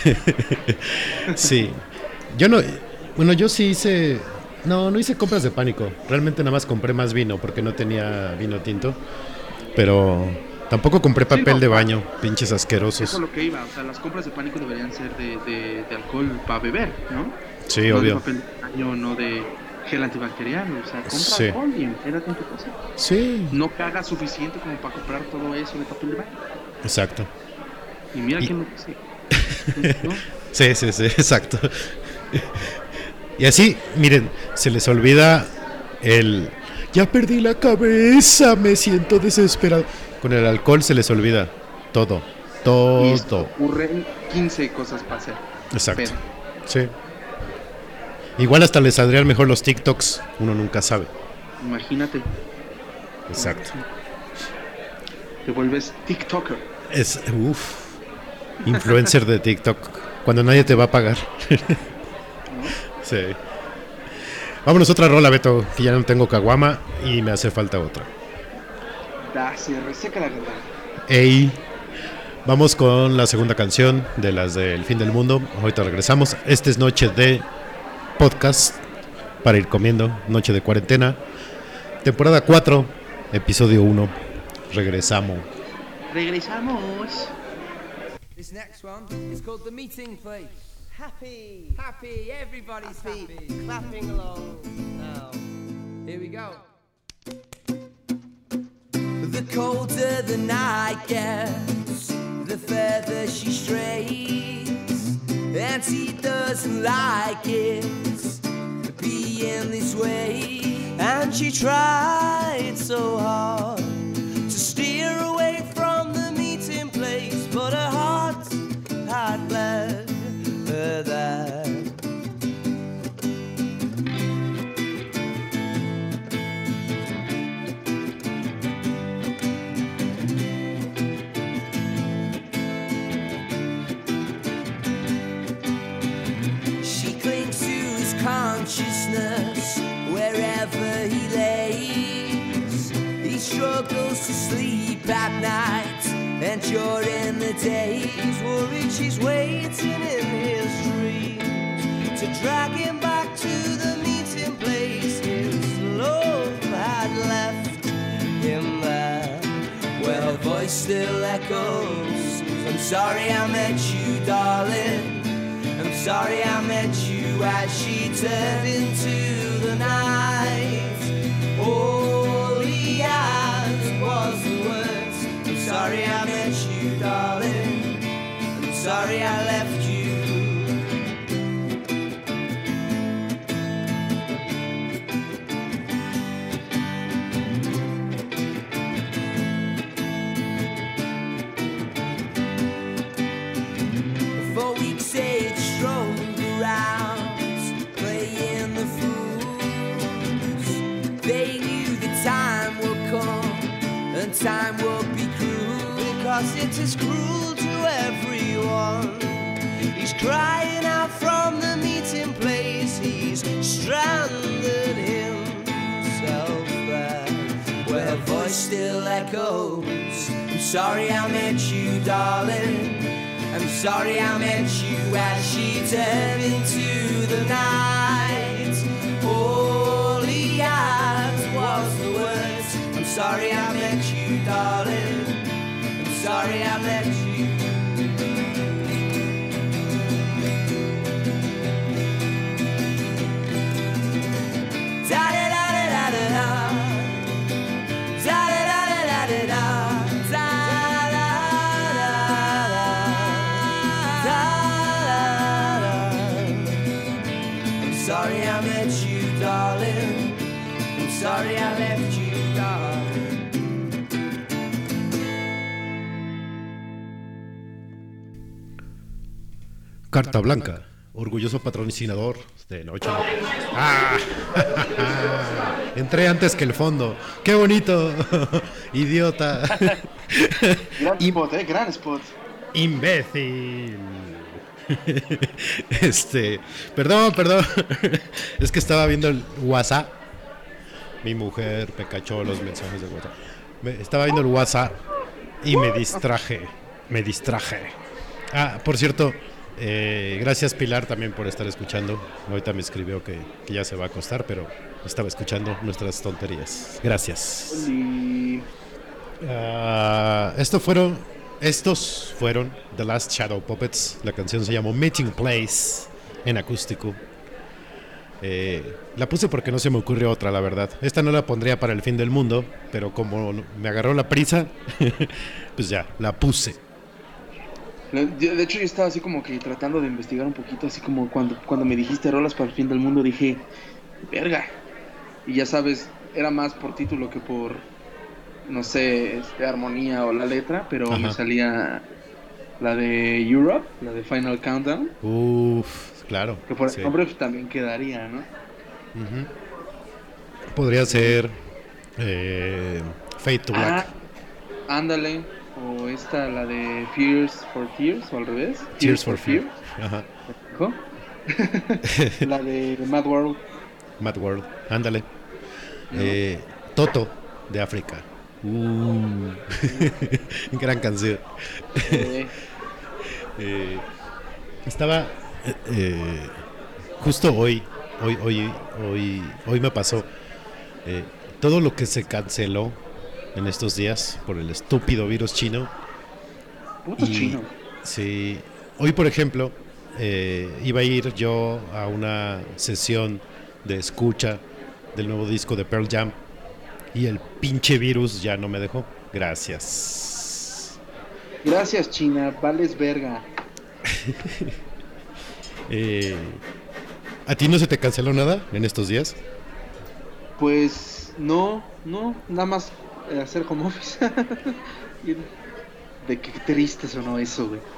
Sí. Yo no... Bueno, yo sí hice... No hice compras de pánico. Realmente nada más compré más vino porque no tenía vino tinto. Pero tampoco compré papel de baño, pinches asquerosos. Eso es lo que iba. O sea, las compras de pánico deberían ser de alcohol para beber, ¿no? Sí, no obvio. de papel de baño, no de gel antibacterial. O sea, compra Sí. alcohol y enférate en tu casa. Sí. No cagas suficiente como para comprar todo eso de papel de baño. Exacto. Y mira Y- quién lo dice. ¿No? Sí, exacto. Y así, miren, se les olvida el... Ya perdí la cabeza, me siento desesperado. Con el alcohol se les olvida todo, Y esto todo. ocurren 15 cosas para hacer. Exacto. Pero, Sí. Igual hasta les saldrían mejor los TikToks, uno nunca sabe. imagínate, Exacto. te vuelves TikToker. Es, influencer de TikTok, cuando nadie te va a pagar. Sí. Vámonos otra rola, Beto, que ya no tengo caguama y me hace falta otra. Se reseca la garganta. Ey, vamos con la segunda canción de las del fin del mundo. Ahorita regresamos. Esta es noche de podcast para ir comiendo, noche de cuarentena. Temporada 4, episodio 1. Regresamos. Regresamos. This next one is called The Meeting Place. Happy, everybody's happy. Clapping along now. Here we go. The colder the night gets, the further she strays, and she doesn't like it being this way. And she tried so hard to steer away from the meeting place, but her heart had led her there. She clings to his consciousness wherever he lays. He struggles to sleep at night, and during the days worried she's waiting in his dreams to drag him back to the meeting place. His love had left him there, where her voice still echoes. I'm sorry I met you, darling. I'm sorry I met you as she turned into the night. All he had was the words. I'm sorry I met you, darling. I'm sorry I left you. time would be cruel, because it is cruel to everyone. He's crying out from the meeting place, he's stranded himself there, where a voice still echoes. I'm sorry I met you, darling. I'm sorry I met you, as she turned into the night. All he had was the words, I'm sorry I met you, darling. I'm sorry I met you. Da-da-da-da-da-da-da. Da-da-da-da-da-da-da. Sorry I met you, darling. I'm sorry I left you, darling. Carta Blanca, orgulloso patrocinador de Noche. ¡Ah! Entré antes que el fondo. ¡Qué bonito! ¡Idiota! Gran spot, gran spot. ¡Imbécil! Perdón. Es que estaba viendo el WhatsApp. Mi mujer me cachó los mensajes de WhatsApp. Estaba viendo el WhatsApp y me distraje. Ah, por cierto, gracias Pilar también por estar escuchando. Ahorita me escribió que ya se va a acostar, pero estaba escuchando nuestras tonterías. Gracias. Estos fueron The Last Shadow Puppets. La canción se llamó Meeting Place en acústico. La puse porque no se me ocurrió otra, la verdad. Esta no la pondría para el fin del mundo, pero como me agarró la prisa, pues ya, la puse. De hecho yo estaba así como que tratando de investigar un poquito, así como cuando me dijiste rolas para el fin del mundo, dije, verga. Y ya sabes, era más por título que por, no sé, armonía o la letra, pero Ajá. Me salía la de Europe, la de Final Countdown. Claro. Que por el sí. nombre también quedaría, ¿no? Uh-huh. Podría ser Fade to Black. Ándale. O esta, la de Fears for Tears, o al revés. Tears for Fear. Ajá. ¿Dijo? La de Mad World. Mad World, ándale. Toto, de África. Gran canción. Estaba justo hoy me pasó todo lo que se canceló en estos días por el estúpido virus chino. Puto chino. Sí, hoy por ejemplo iba a ir yo a una sesión de escucha del nuevo disco de Pearl Jam y el pinche virus ya no me dejó. Gracias China, vales verga. ¿A ti no se te canceló nada en estos días? Pues no, nada más hacer home office. De qué triste sonó eso, güey.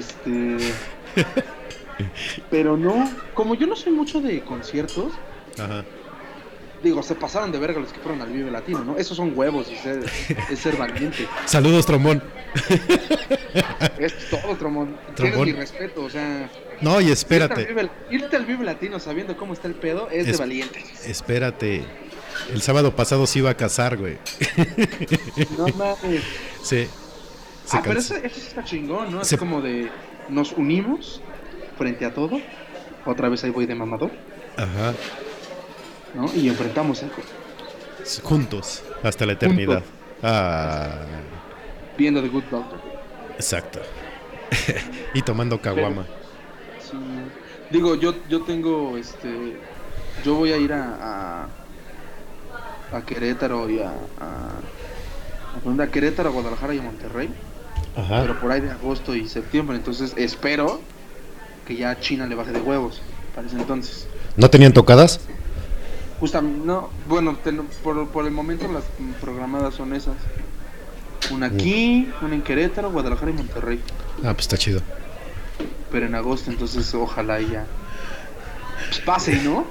Pero no, como yo no soy mucho de conciertos. Ajá. Digo, se pasaron de verga los que fueron al Vive Latino, ¿no? Esos son huevos, es ser valiente. Saludos, Trombón. Es todo, Trombón. Tienes mi respeto, o sea. No, y espérate. Irte al Vive Latino sabiendo cómo está el pedo es de valiente. Espérate. El sábado pasado se iba a casar, güey. No mames. Sí. Pero eso está chingón, ¿no? Es como de nos unimos frente a todo. Otra vez ahí voy de mamador. Ajá. ¿No? Y enfrentamos eco. Juntos, hasta la eternidad. Viendo The Good Doctor. Exacto. Y tomando caguama. Sí. Digo, yo tengo yo voy a ir a Querétaro y a Querétaro, Guadalajara y a Monterrey. Ajá. Pero por ahí de agosto y septiembre, entonces espero que ya China le baje de huevos para ese entonces. ¿No tenían tocadas? Justamente, no, bueno, por el momento las programadas son esas. Una aquí, una en Querétaro, Guadalajara y Monterrey. Pues está chido. Pero en agosto, entonces ojalá ya pues pase, ¿no?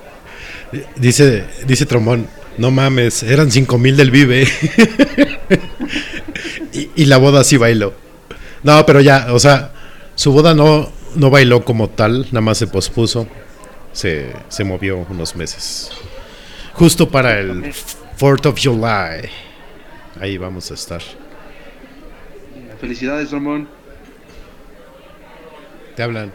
Dice Trombón, no mames, eran 5,000 del Vive. Y la boda sí bailó. No, pero ya, o sea, su boda no bailó como tal, nada más se pospuso. Se movió unos meses. Justo para el 4th of July. Ahí vamos a estar. Felicidades, Ramón. Te hablan.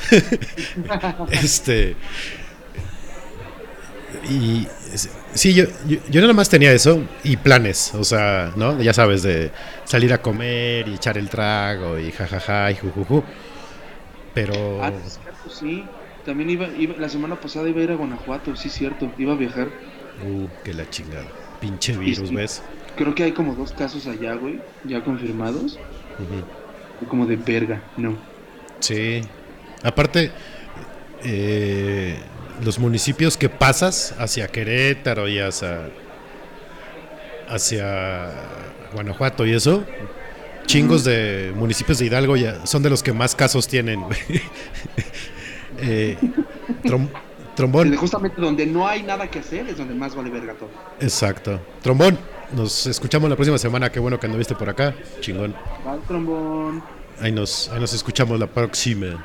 Y sí, yo nada más tenía eso y planes, o sea, ¿no? Ya sabes, de salir a comer y echar el trago y jajaja y jujuju. Pero Sí, también iba, la semana pasada iba a ir a Guanajuato, sí, cierto, iba a viajar. que la chingada. Pinche virus, Sí. ¿ves? Creo que hay como 2 casos allá, güey, ya confirmados. Como de verga, no. Sí. Aparte, los municipios que pasas hacia Querétaro y hacia Guanajuato y eso, chingos de municipios de Hidalgo ya son de los que más casos tienen, güey. Trombón. Justamente donde no hay nada que hacer es donde más vale verga todo. Exacto. Trombón, nos escuchamos la próxima semana. Qué bueno que anduviste por acá. Chingón. Va, trombón. Ahí nos escuchamos la próxima.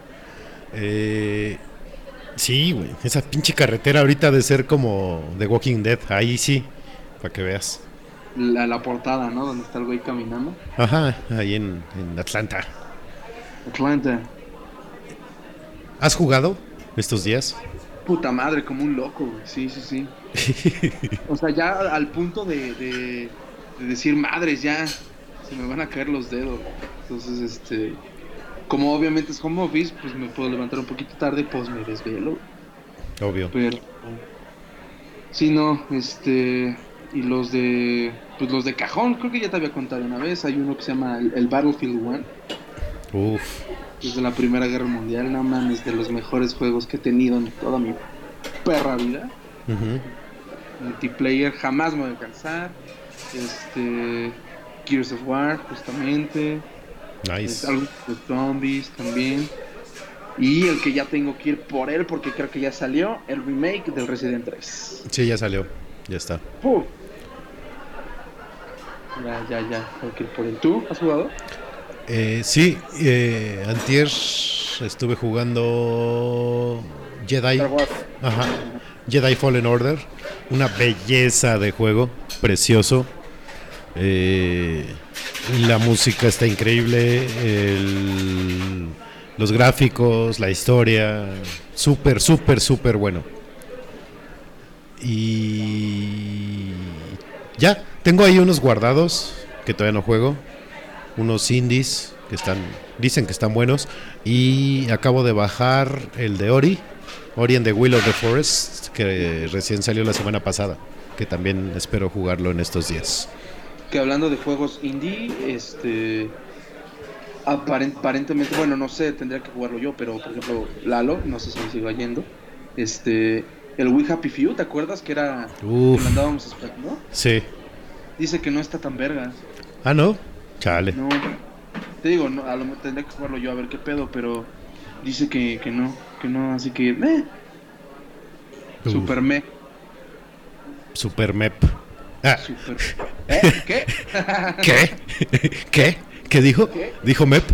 Sí, güey. Esa pinche carretera ahorita de ser como The Walking Dead. Ahí sí, para que veas. La portada, ¿no? Donde está el güey caminando. Ajá, ahí en Atlanta. Atlanta. ¿Has jugado estos días? Puta madre, como un loco, güey. Sí, sí, sí. O sea, ya al punto de decir, madres, ya se me van a caer los dedos. Entonces, como obviamente es home office, pues me puedo levantar un poquito tarde, pues me desvelo. Obvio. Pero sí, no, y los de cajón, creo que ya te había contado una vez. Hay uno que se llama el Battlefield 1. Uf. Desde la Primera Guerra Mundial, no mames, de los mejores juegos que he tenido en toda mi perra vida. Multiplayer jamás me voy a cansar. Gears of War, justamente. Nice. Algo de zombies también. Y el que ya tengo que ir por él, porque creo que ya salió, el remake del Resident 3. Sí, ya salió. Ya está. Ya, tengo que ir por él. ¿Tú has jugado? Sí, antier estuve jugando Jedi. Ajá. Jedi Fallen Order. Una belleza de juego. Precioso. La música está increíble. Los gráficos, la historia. Súper, súper, súper bueno. Y ya, tengo ahí unos guardados que todavía no juego. Unos indies que dicen que están buenos. Y acabo de bajar el de Ori and the Will of the Forest, que recién salió la semana pasada, que también espero jugarlo en estos días. Que hablando de juegos indie, aparentemente, bueno, no sé, tendría que jugarlo yo, pero por ejemplo, Lalo, no sé si me sigo yendo, el We Happy Few, ¿te acuerdas? Que era que lo andábamos esperando, ¿no? Sí. Dice que no está tan vergas. Ah, ¿no? Chale. No, te digo, no, a lo mejor tendría que jugarlo yo a ver qué pedo, pero dice que no, así que Super me. Super mep. Super. ¿Qué? ¿Qué? ¿Qué dijo? ¿Qué? ¿Dijo mep?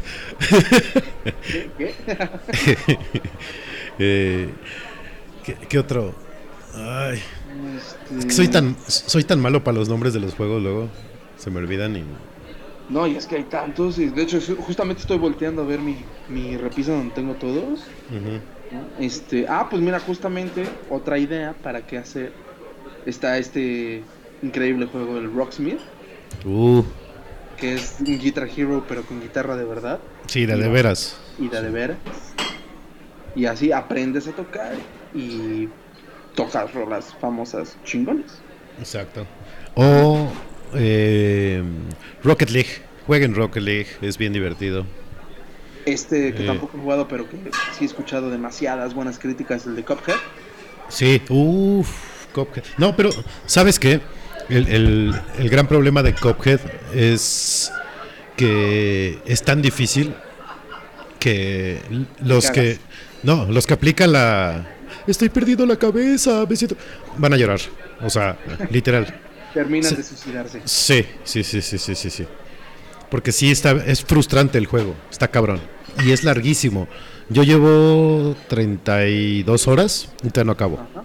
¿Qué? ¿Qué otro? Ay. Es que soy tan malo para los nombres de los juegos, luego se me olvidan y... No, y es que hay tantos, y de hecho justamente estoy volteando a ver mi repisa donde tengo todos. ¿No? Pues mira, justamente otra idea para qué hacer. Está este increíble juego, el Rocksmith. Que es un Guitar Hero, pero con guitarra de verdad. Sí, de veras. Y de veras. Y así aprendes a tocar y tocas rolas famosas chingones. Exacto. O Rocket League. Jueguen Rocket League, es bien divertido. Que tampoco he jugado, pero que sí he escuchado demasiadas buenas críticas, el de Cuphead. Sí, Cuphead. No, pero ¿sabes qué? El gran problema de Cuphead es que es tan difícil que los que aplican la estoy perdiendo la cabeza, me siento, van a llorar, o sea, literal. Terminan de suicidarse. Sí. Porque sí es frustrante el juego, está cabrón. Y es larguísimo. Yo llevo 32 horas y todavía no acabo. Ajá.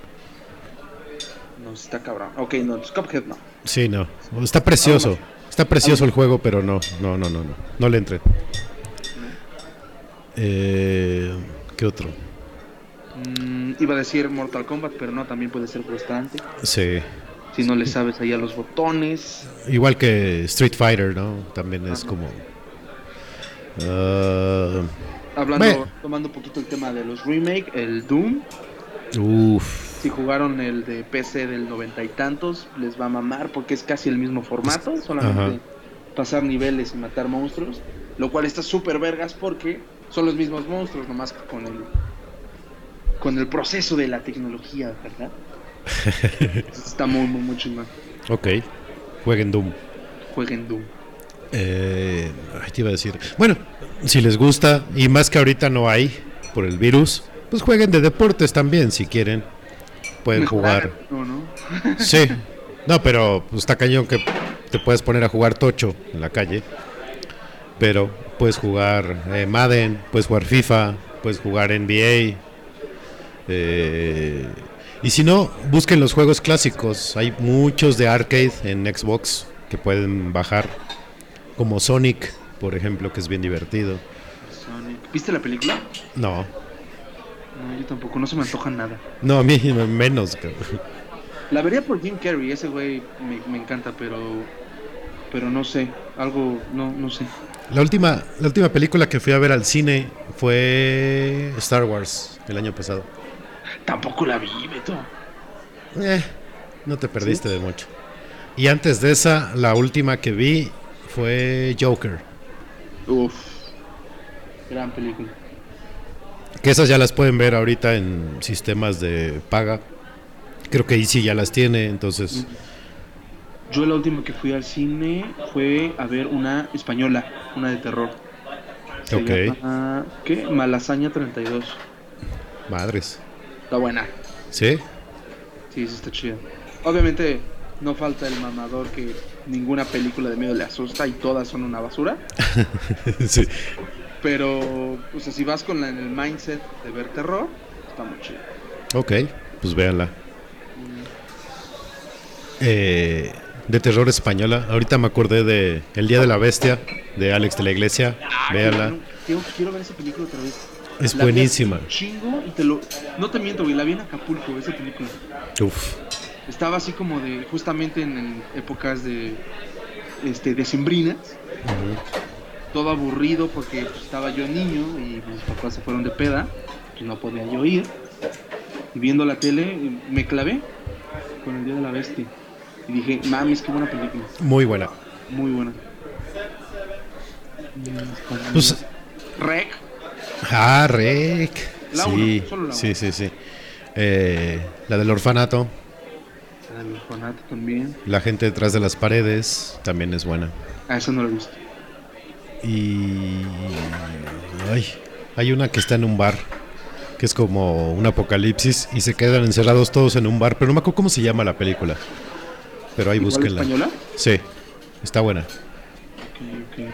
No, está cabrón. Ok, no, Cuphead no. Sí, no. Está precioso. Está precioso el juego, pero no le entré. ¿Qué otro? Iba a decir Mortal Kombat, pero no, también puede ser frustrante. Sí. Si no le sabes ahí a los botones. Igual que Street Fighter, ¿no? También es como... Tomando un poquito el tema de los remake, el Doom. Uf. Si jugaron el de PC del 90 y tantos, les va a mamar porque es casi el mismo formato, solamente pasar niveles y matar monstruos, lo cual está súper vergas porque son los mismos monstruos, nomás que con el proceso de la tecnología, ¿verdad? Está muy chingón. Ok, jueguen Doom. Jueguen Doom. Te iba a decir, bueno, si les gusta, y más que ahorita no hay por el virus, pues jueguen de deportes también si quieren. Pueden jugar. ¿No? Sí, no, pero pues, está cañón que te puedes poner a jugar tocho en la calle. Pero puedes jugar Madden, puedes jugar FIFA, puedes jugar NBA. Y si no, busquen los juegos clásicos. Hay muchos de arcade en Xbox que pueden bajar. Como Sonic, por ejemplo, que es bien divertido. Sonic. ¿Viste la película? No. No, yo tampoco, no se me antoja nada. No, a mí menos. La vería por Jim Carrey, ese güey me encanta, pero no sé, algo, no sé. La última película que fui a ver al cine fue Star Wars el año pasado. Tampoco la vi, Beto. No te perdiste de mucho. Y antes de esa, la última que vi fue Joker. Uf, gran película. Que esas ya las pueden ver ahorita en sistemas de paga. Creo que Easy ya las tiene, entonces... Yo la última que fui al cine fue a ver una española, una de terror. Se llama, ¿qué? Malasaña 32. Madres. Está buena. ¿Sí? Sí, está chida. Obviamente no falta el mamador que ninguna película de miedo le asusta y todas son una basura. Sí. Pero, o sea, si vas con el mindset de ver terror, está muy chido. Ok, pues véanla. De terror española. Ahorita me acordé de El Día de la Bestia, de Alex de la Iglesia. Véanla. Quiero ver esa película otra vez. Es buenísima. Chingo no te miento, güey, la vi en Acapulco, esa película. Uf. Estaba así como de, justamente en épocas de decembrinas. Todo aburrido porque pues, estaba yo niño y mis papás se fueron de peda, que no podía yo ir. Y viendo la tele, me clavé con El Día de la Bestia. Y dije, mames, qué buena película. Muy buena. Muy buena. Pues, Rec. Rec. La sí, uno, solo la sí, uno. sí. La del orfanato. La del orfanato también. La gente detrás de las paredes también es buena. Esa no la he visto. Y hay una que está en un bar, que es como un apocalipsis y se quedan encerrados todos en un bar, pero no me acuerdo cómo se llama la película. Pero ahí búsquenla. ¿Española? Sí, está buena. Ok.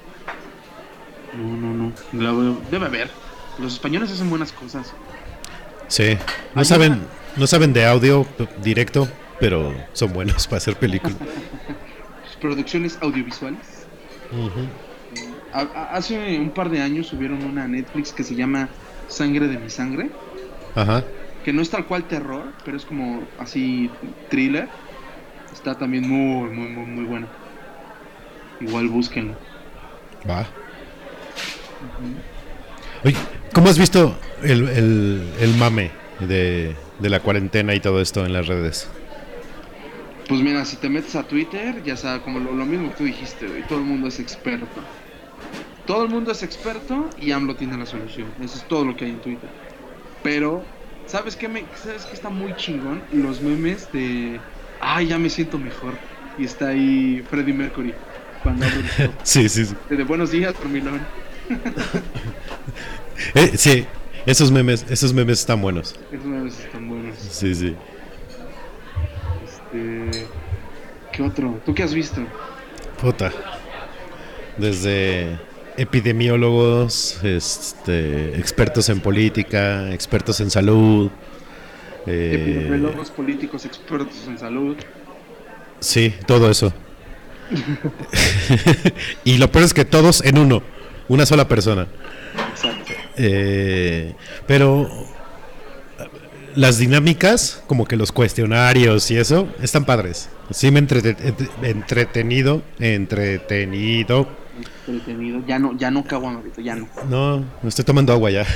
No. Debe haber. Los españoles hacen buenas cosas. Sí, no saben de audio directo, pero son buenos para hacer películas. Producciones audiovisuales. Hace un par de años subieron una a Netflix que se llama Sangre de mi sangre. Ajá. Que no es tal cual terror, pero es como así thriller. Está también muy buena. Igual búsquenlo. Va. Oye, ¿cómo has visto el mame de la cuarentena y todo esto en las redes? Pues mira, si te metes a Twitter, ya sabes, como lo mismo que tú dijiste, güey, todo el mundo es experto. Todo el mundo es experto y AMLO tiene la solución. Eso es todo lo que hay en Twitter. Pero, ¿sabes qué está muy chingón? Los memes de... ¡Ay, ya me siento mejor! Y está ahí Freddie Mercury cuando abre el top. Sí. De buenos días, Dormilón. Sí, esos memes están buenos. Esos memes están buenos. Sí. ¿Qué otro? ¿Tú qué has visto? Puta. desde epidemiólogos, expertos en política, expertos en salud. Epidemiólogos, políticos, expertos en salud. Sí, todo eso. Y lo peor es que todos en una sola persona. Exacto. Pero las dinámicas, como que los cuestionarios y eso, están padres. Sí me entretenido. Ya no caguama ahorita, ya no. No, me estoy tomando agua ya.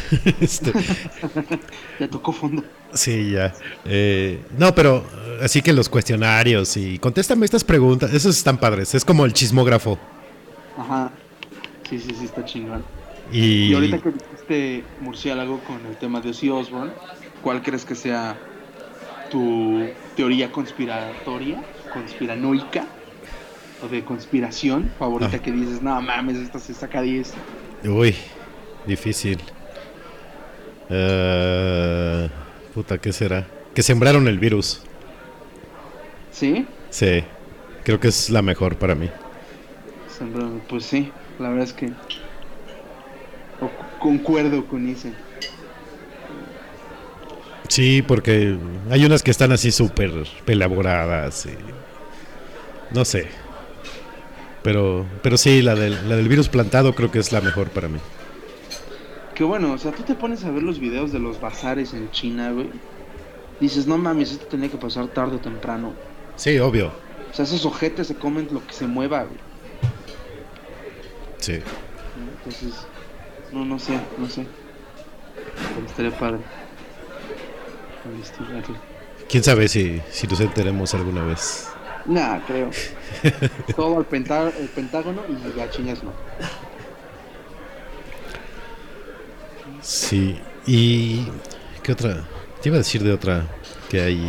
Ya tocó fondo. Sí, ya. No, pero así que los cuestionarios y contéstame estas preguntas, esos están padres. Es como el chismógrafo. Ajá. Sí, está chingón. Y ahorita que dijiste murciélago con el tema de Ozzy Osbourne, ¿cuál crees que sea tu teoría conspiranoica o de conspiración favorita que dices, no mames, esta se saca 10? Uy, difícil. Puta, ¿qué será? Que sembraron el virus. ¿Sí? Sí, creo que es la mejor para mí. Pues sí, la verdad es que concuerdo con ese. Sí, porque hay unas que están así súper elaboradas y no sé. Pero sí, la del virus plantado creo que es la mejor para mí. Que bueno, o sea, tú te pones a ver los videos de los bazares en China, güey. Dices, no mames, esto tenía que pasar tarde o temprano. Sí, obvio. O sea, esos ojetes se comen lo que se mueva, güey. Sí. Entonces, no sé. Pero estaría padre investigarlo. ¿Quién sabe si nos enteremos alguna vez? Nah, creo. Todo el Pentágono y ya chinas no. Sí. ¿Y qué otra? Te iba a decir de otra que hay.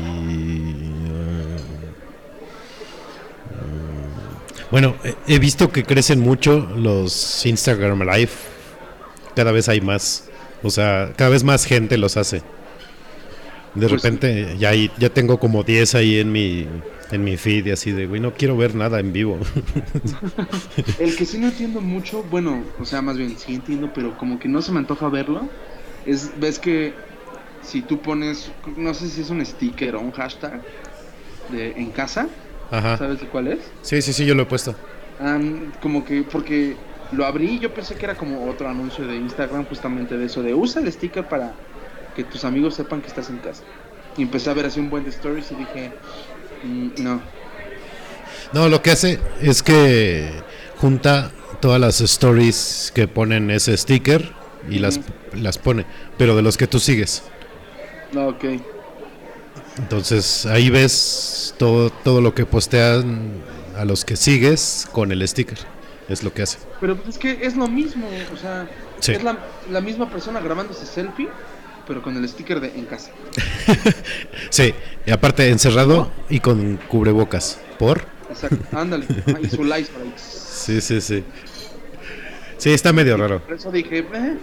Bueno, he visto que crecen mucho los Instagram Live. Cada vez hay más. O sea, cada vez más gente los hace. De repente ya tengo como 10 ahí en mi feed y así de, güey, no quiero ver nada en vivo. El que sí no entiendo mucho, bueno, o sea, más bien sí entiendo, pero como que no se me antoja verlo, ves que si tú pones, no sé si es un sticker o un hashtag en casa, Ajá. ¿sabes de cuál es? Sí, yo lo he puesto. Como que, porque lo abrí y yo pensé que era como otro anuncio de Instagram justamente de eso, de usa el sticker para que tus amigos sepan que estás en casa. Y empecé a ver así un buen de stories y dije, no. No, lo que hace es que junta todas las stories que ponen ese sticker y las pone, pero de los que tú sigues. Ok. Entonces ahí ves todo lo que postean a los que sigues con el sticker. Es lo que hace. Pero es que es lo mismo, o sea, sí. Es la misma persona grabándose selfie, pero con el sticker de en casa. Sí, y aparte encerrado y con cubrebocas. ¿Por? Exacto, ándale. Y su Lysol. Sí. Sí, está medio raro. Por eso dije,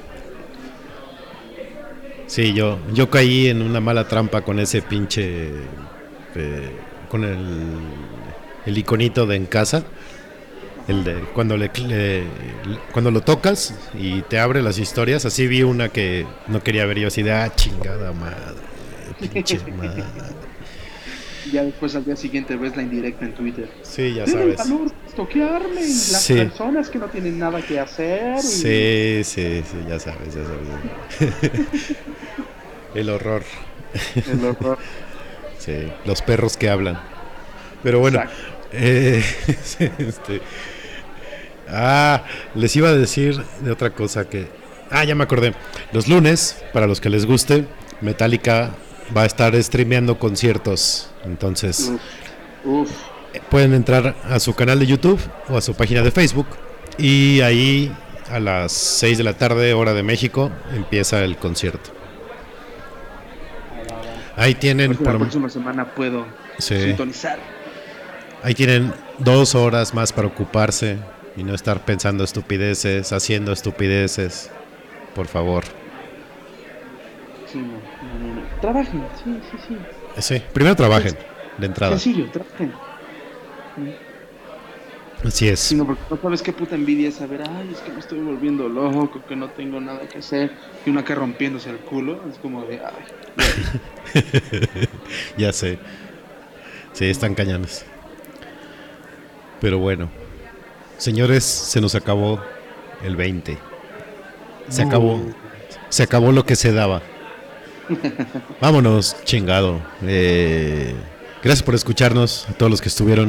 Sí, yo caí en una mala trampa con ese pinche con el iconito de en casa, el de cuando cuando lo tocas y te abre las historias. Así vi una que no quería ver, yo así de chingada madre, pinche madre. Ya después al día siguiente ves la indirecta en Twitter. Sí, ya Tienen sabes. valor toquearme y las personas que no tienen nada que hacer. Sí, ya sabes. El horror. Sí, los perros que hablan. Pero bueno, les iba a decir de otra cosa que... ya me acordé. Los lunes, para los que les guste, Metallica va a estar streameando conciertos. Entonces, pueden entrar a su canal de YouTube o a su página de Facebook. Y ahí, a las 6 de la tarde, hora de México, empieza el concierto. Ahí tienen... Pues la próxima semana puedo sintonizar. Ahí tienen 2 horas más para ocuparse y no estar pensando estupideces, haciendo estupideces. Por favor. Sí, no. Trabajen, sí. Sí, primero trabajen, de entrada. Sencillo, trabajen. Así es. Sino porque no sabes qué puta envidia es saber, ay, es que me estoy volviendo loco, que no tengo nada que hacer, y uno acá rompiéndose el culo, es como de, ay. Ya sé. Sí, están cañones. Pero bueno, señores, se nos acabó el 20. Se acabó lo que se daba. Vámonos, chingado. Gracias por escucharnos, a todos los que estuvieron.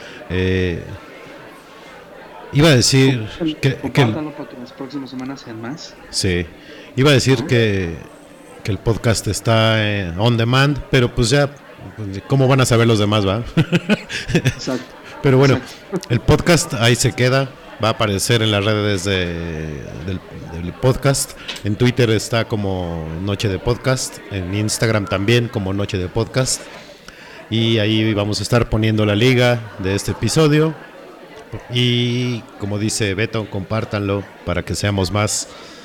Iba a decir que Compártanlo para que las próximas semanas sean más. sí, iba a decir que el podcast está on demand, pero pues ya, ¿cómo van a saber los demás, va? Exacto. Pero bueno, Exacto. el podcast ahí se queda, va a aparecer en las redes del podcast. En Twitter está como Noche de Podcast, en Instagram también como Noche de Podcast. Y ahí vamos a estar poniendo la liga de este episodio. Y como dice Beto, compártanlo para que seamos más.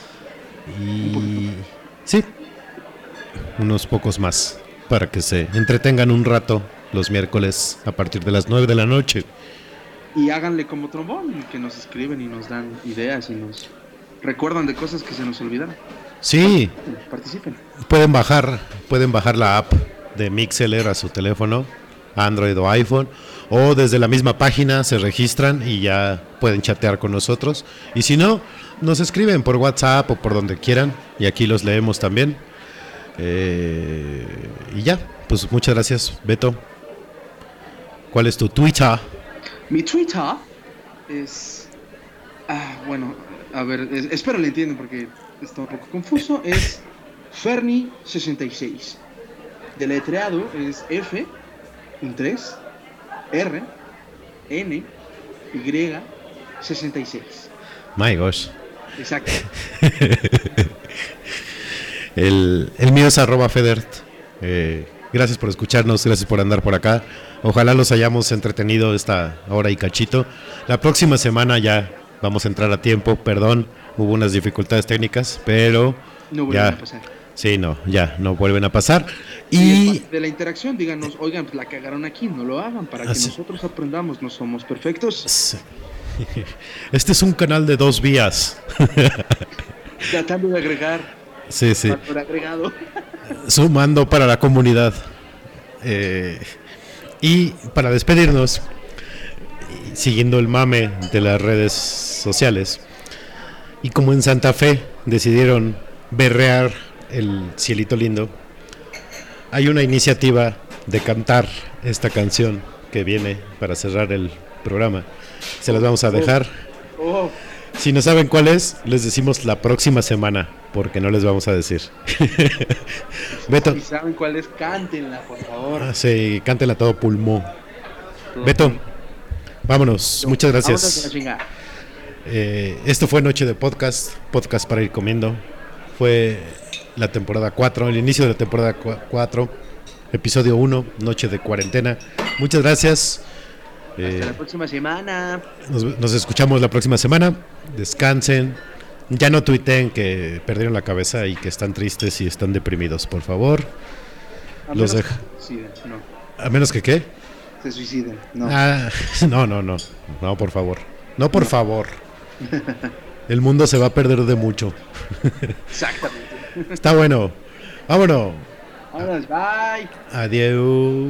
Y sí, unos pocos más para que se entretengan un rato los miércoles a partir de las 9 de la noche. Y háganle como Trombón, que nos escriben y nos dan ideas y nos recuerdan de cosas que se nos olvidaron. Sí, Participen. pueden bajar la app de Mixlr a su teléfono, Android o iPhone, o desde la misma página se registran y ya pueden chatear con nosotros. Y si no, nos escriben por WhatsApp o por donde quieran y aquí los leemos también. Y ya, pues muchas gracias, Beto. ¿Cuál es tu Twitter? Mi Twitter es... bueno, a ver, espero le entiendan porque está un poco confuso. Es Ferni66. Deletreado es F, un 3, R, N, Y, 66. My gosh. Exacto. El mío es @Federt. Gracias por escucharnos, gracias por andar por acá. Ojalá los hayamos entretenido esta hora y cachito. La próxima semana ya vamos a entrar a tiempo, perdón, hubo unas dificultades técnicas, pero No vuelven ya, a pasar. sí, ya no vuelven a pasar. Y Y es parte de la interacción, díganos, oigan, pues la cagaron aquí, no lo hagan para que Así- nosotros aprendamos, no somos perfectos. sí. Este es un canal de 2 vías. Tratando de agregar Sí, sí. valor agregado. Sumando para la comunidad. Y para despedirnos, siguiendo el mame de las redes sociales, y como en Santa Fe decidieron berrear el cielito lindo, hay una iniciativa de cantar esta canción que viene para cerrar el programa. Se las vamos a dejar. Oh, Si no saben cuál es, les decimos la próxima semana, porque no les vamos a decir. Beto, si saben cuál es, cántenla, por favor. sí, cántela a todo pulmón. Beto, vámonos, muchas Vámonos a la gracias. chingada. Esto fue Noche de Podcast para ir comiendo. Fue la temporada 4, el inicio de la temporada 4, episodio 1, Noche de Cuarentena. Muchas gracias. Hasta la próxima semana. Nos escuchamos la próxima semana. Descansen. Ya no tuiteen que perdieron la cabeza y que están tristes y están deprimidos, por favor. A Los menos que deja. se suiciden, no. A menos que qué. Se suiciden, no. No, por favor. No, por favor. El mundo se va a perder de mucho. Exactamente. Está bueno. Vámonos. Vámonos, bye. Adiós.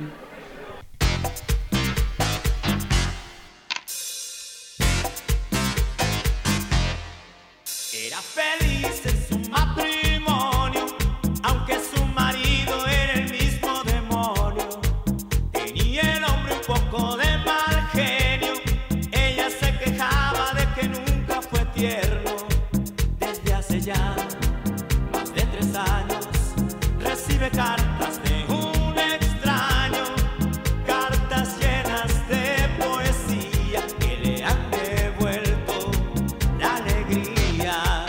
Era feliz en su matrimonio, aunque su marido era el mismo demonio. Tenía el hombre un poco de mal genio, ella se quejaba de que nunca fue tierno. Desde hace ya más de 3 años recibe cartas de un extraño, cartas llenas de poesía que le han devuelto la alegría.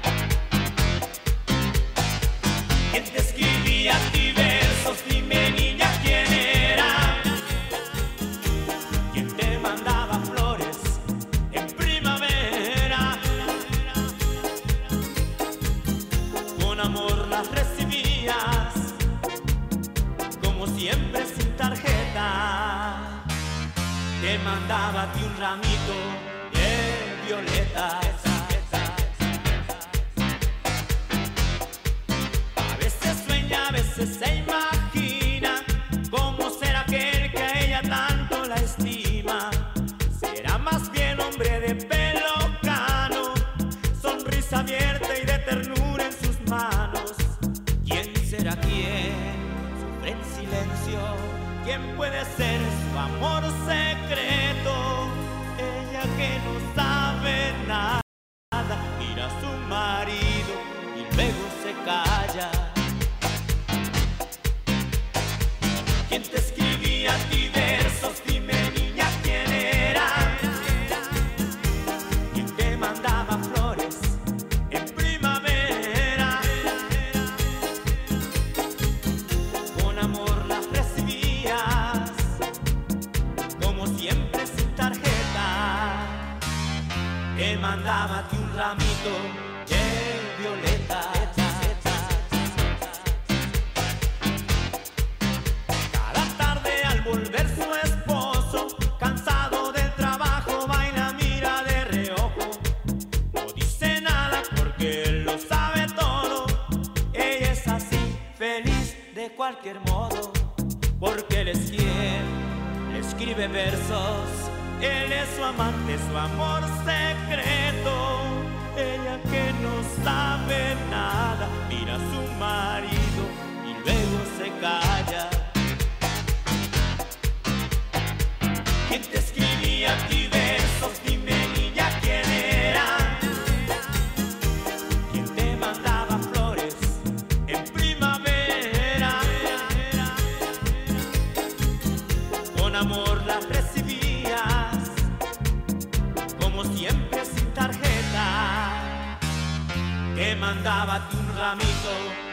¿Quién te escribía a ti versos? Dime, niña, ¿quién era? ¿Quién te mandaba flores en primavera? Con amor las recibías, como siempre sin tarjeta. te mandaba a ti un ramito de violetas. A veces sueña, a veces se imagina cómo será aquel que a ella tanto la estima. Será más bien hombre de pelo cano, sonrisa abierta y de ternura en sus manos. ¿Quién será quién? Sufre en silencio. ¿Quién puede ser su amor secreto? Ella que no sabe nada, mira a su marido y luego se calla. ¿Quién te escribía a ti versos? Dime, niña, ¿quién era? ¿Quién te mandaba flores en primavera? Con amor las recibías, como siempre sin tarjeta. Te mandaba a ti un ramito de violetas. Volver su esposo, cansado del trabajo, baila, mira de reojo. No dice nada porque él lo sabe todo. Ella es así, feliz de cualquier modo, porque él es quien le escribe versos. Él es su amante, su amor secreto. Ella que no sabe nada, mira a su marido y luego se calla. ¿Quién te escribía a ti versos? Dime, niña, ¿quién era? ¿Quién te mandaba flores en primavera? Con amor las recibías, como siempre sin tarjeta. Te mandaba a ti un ramito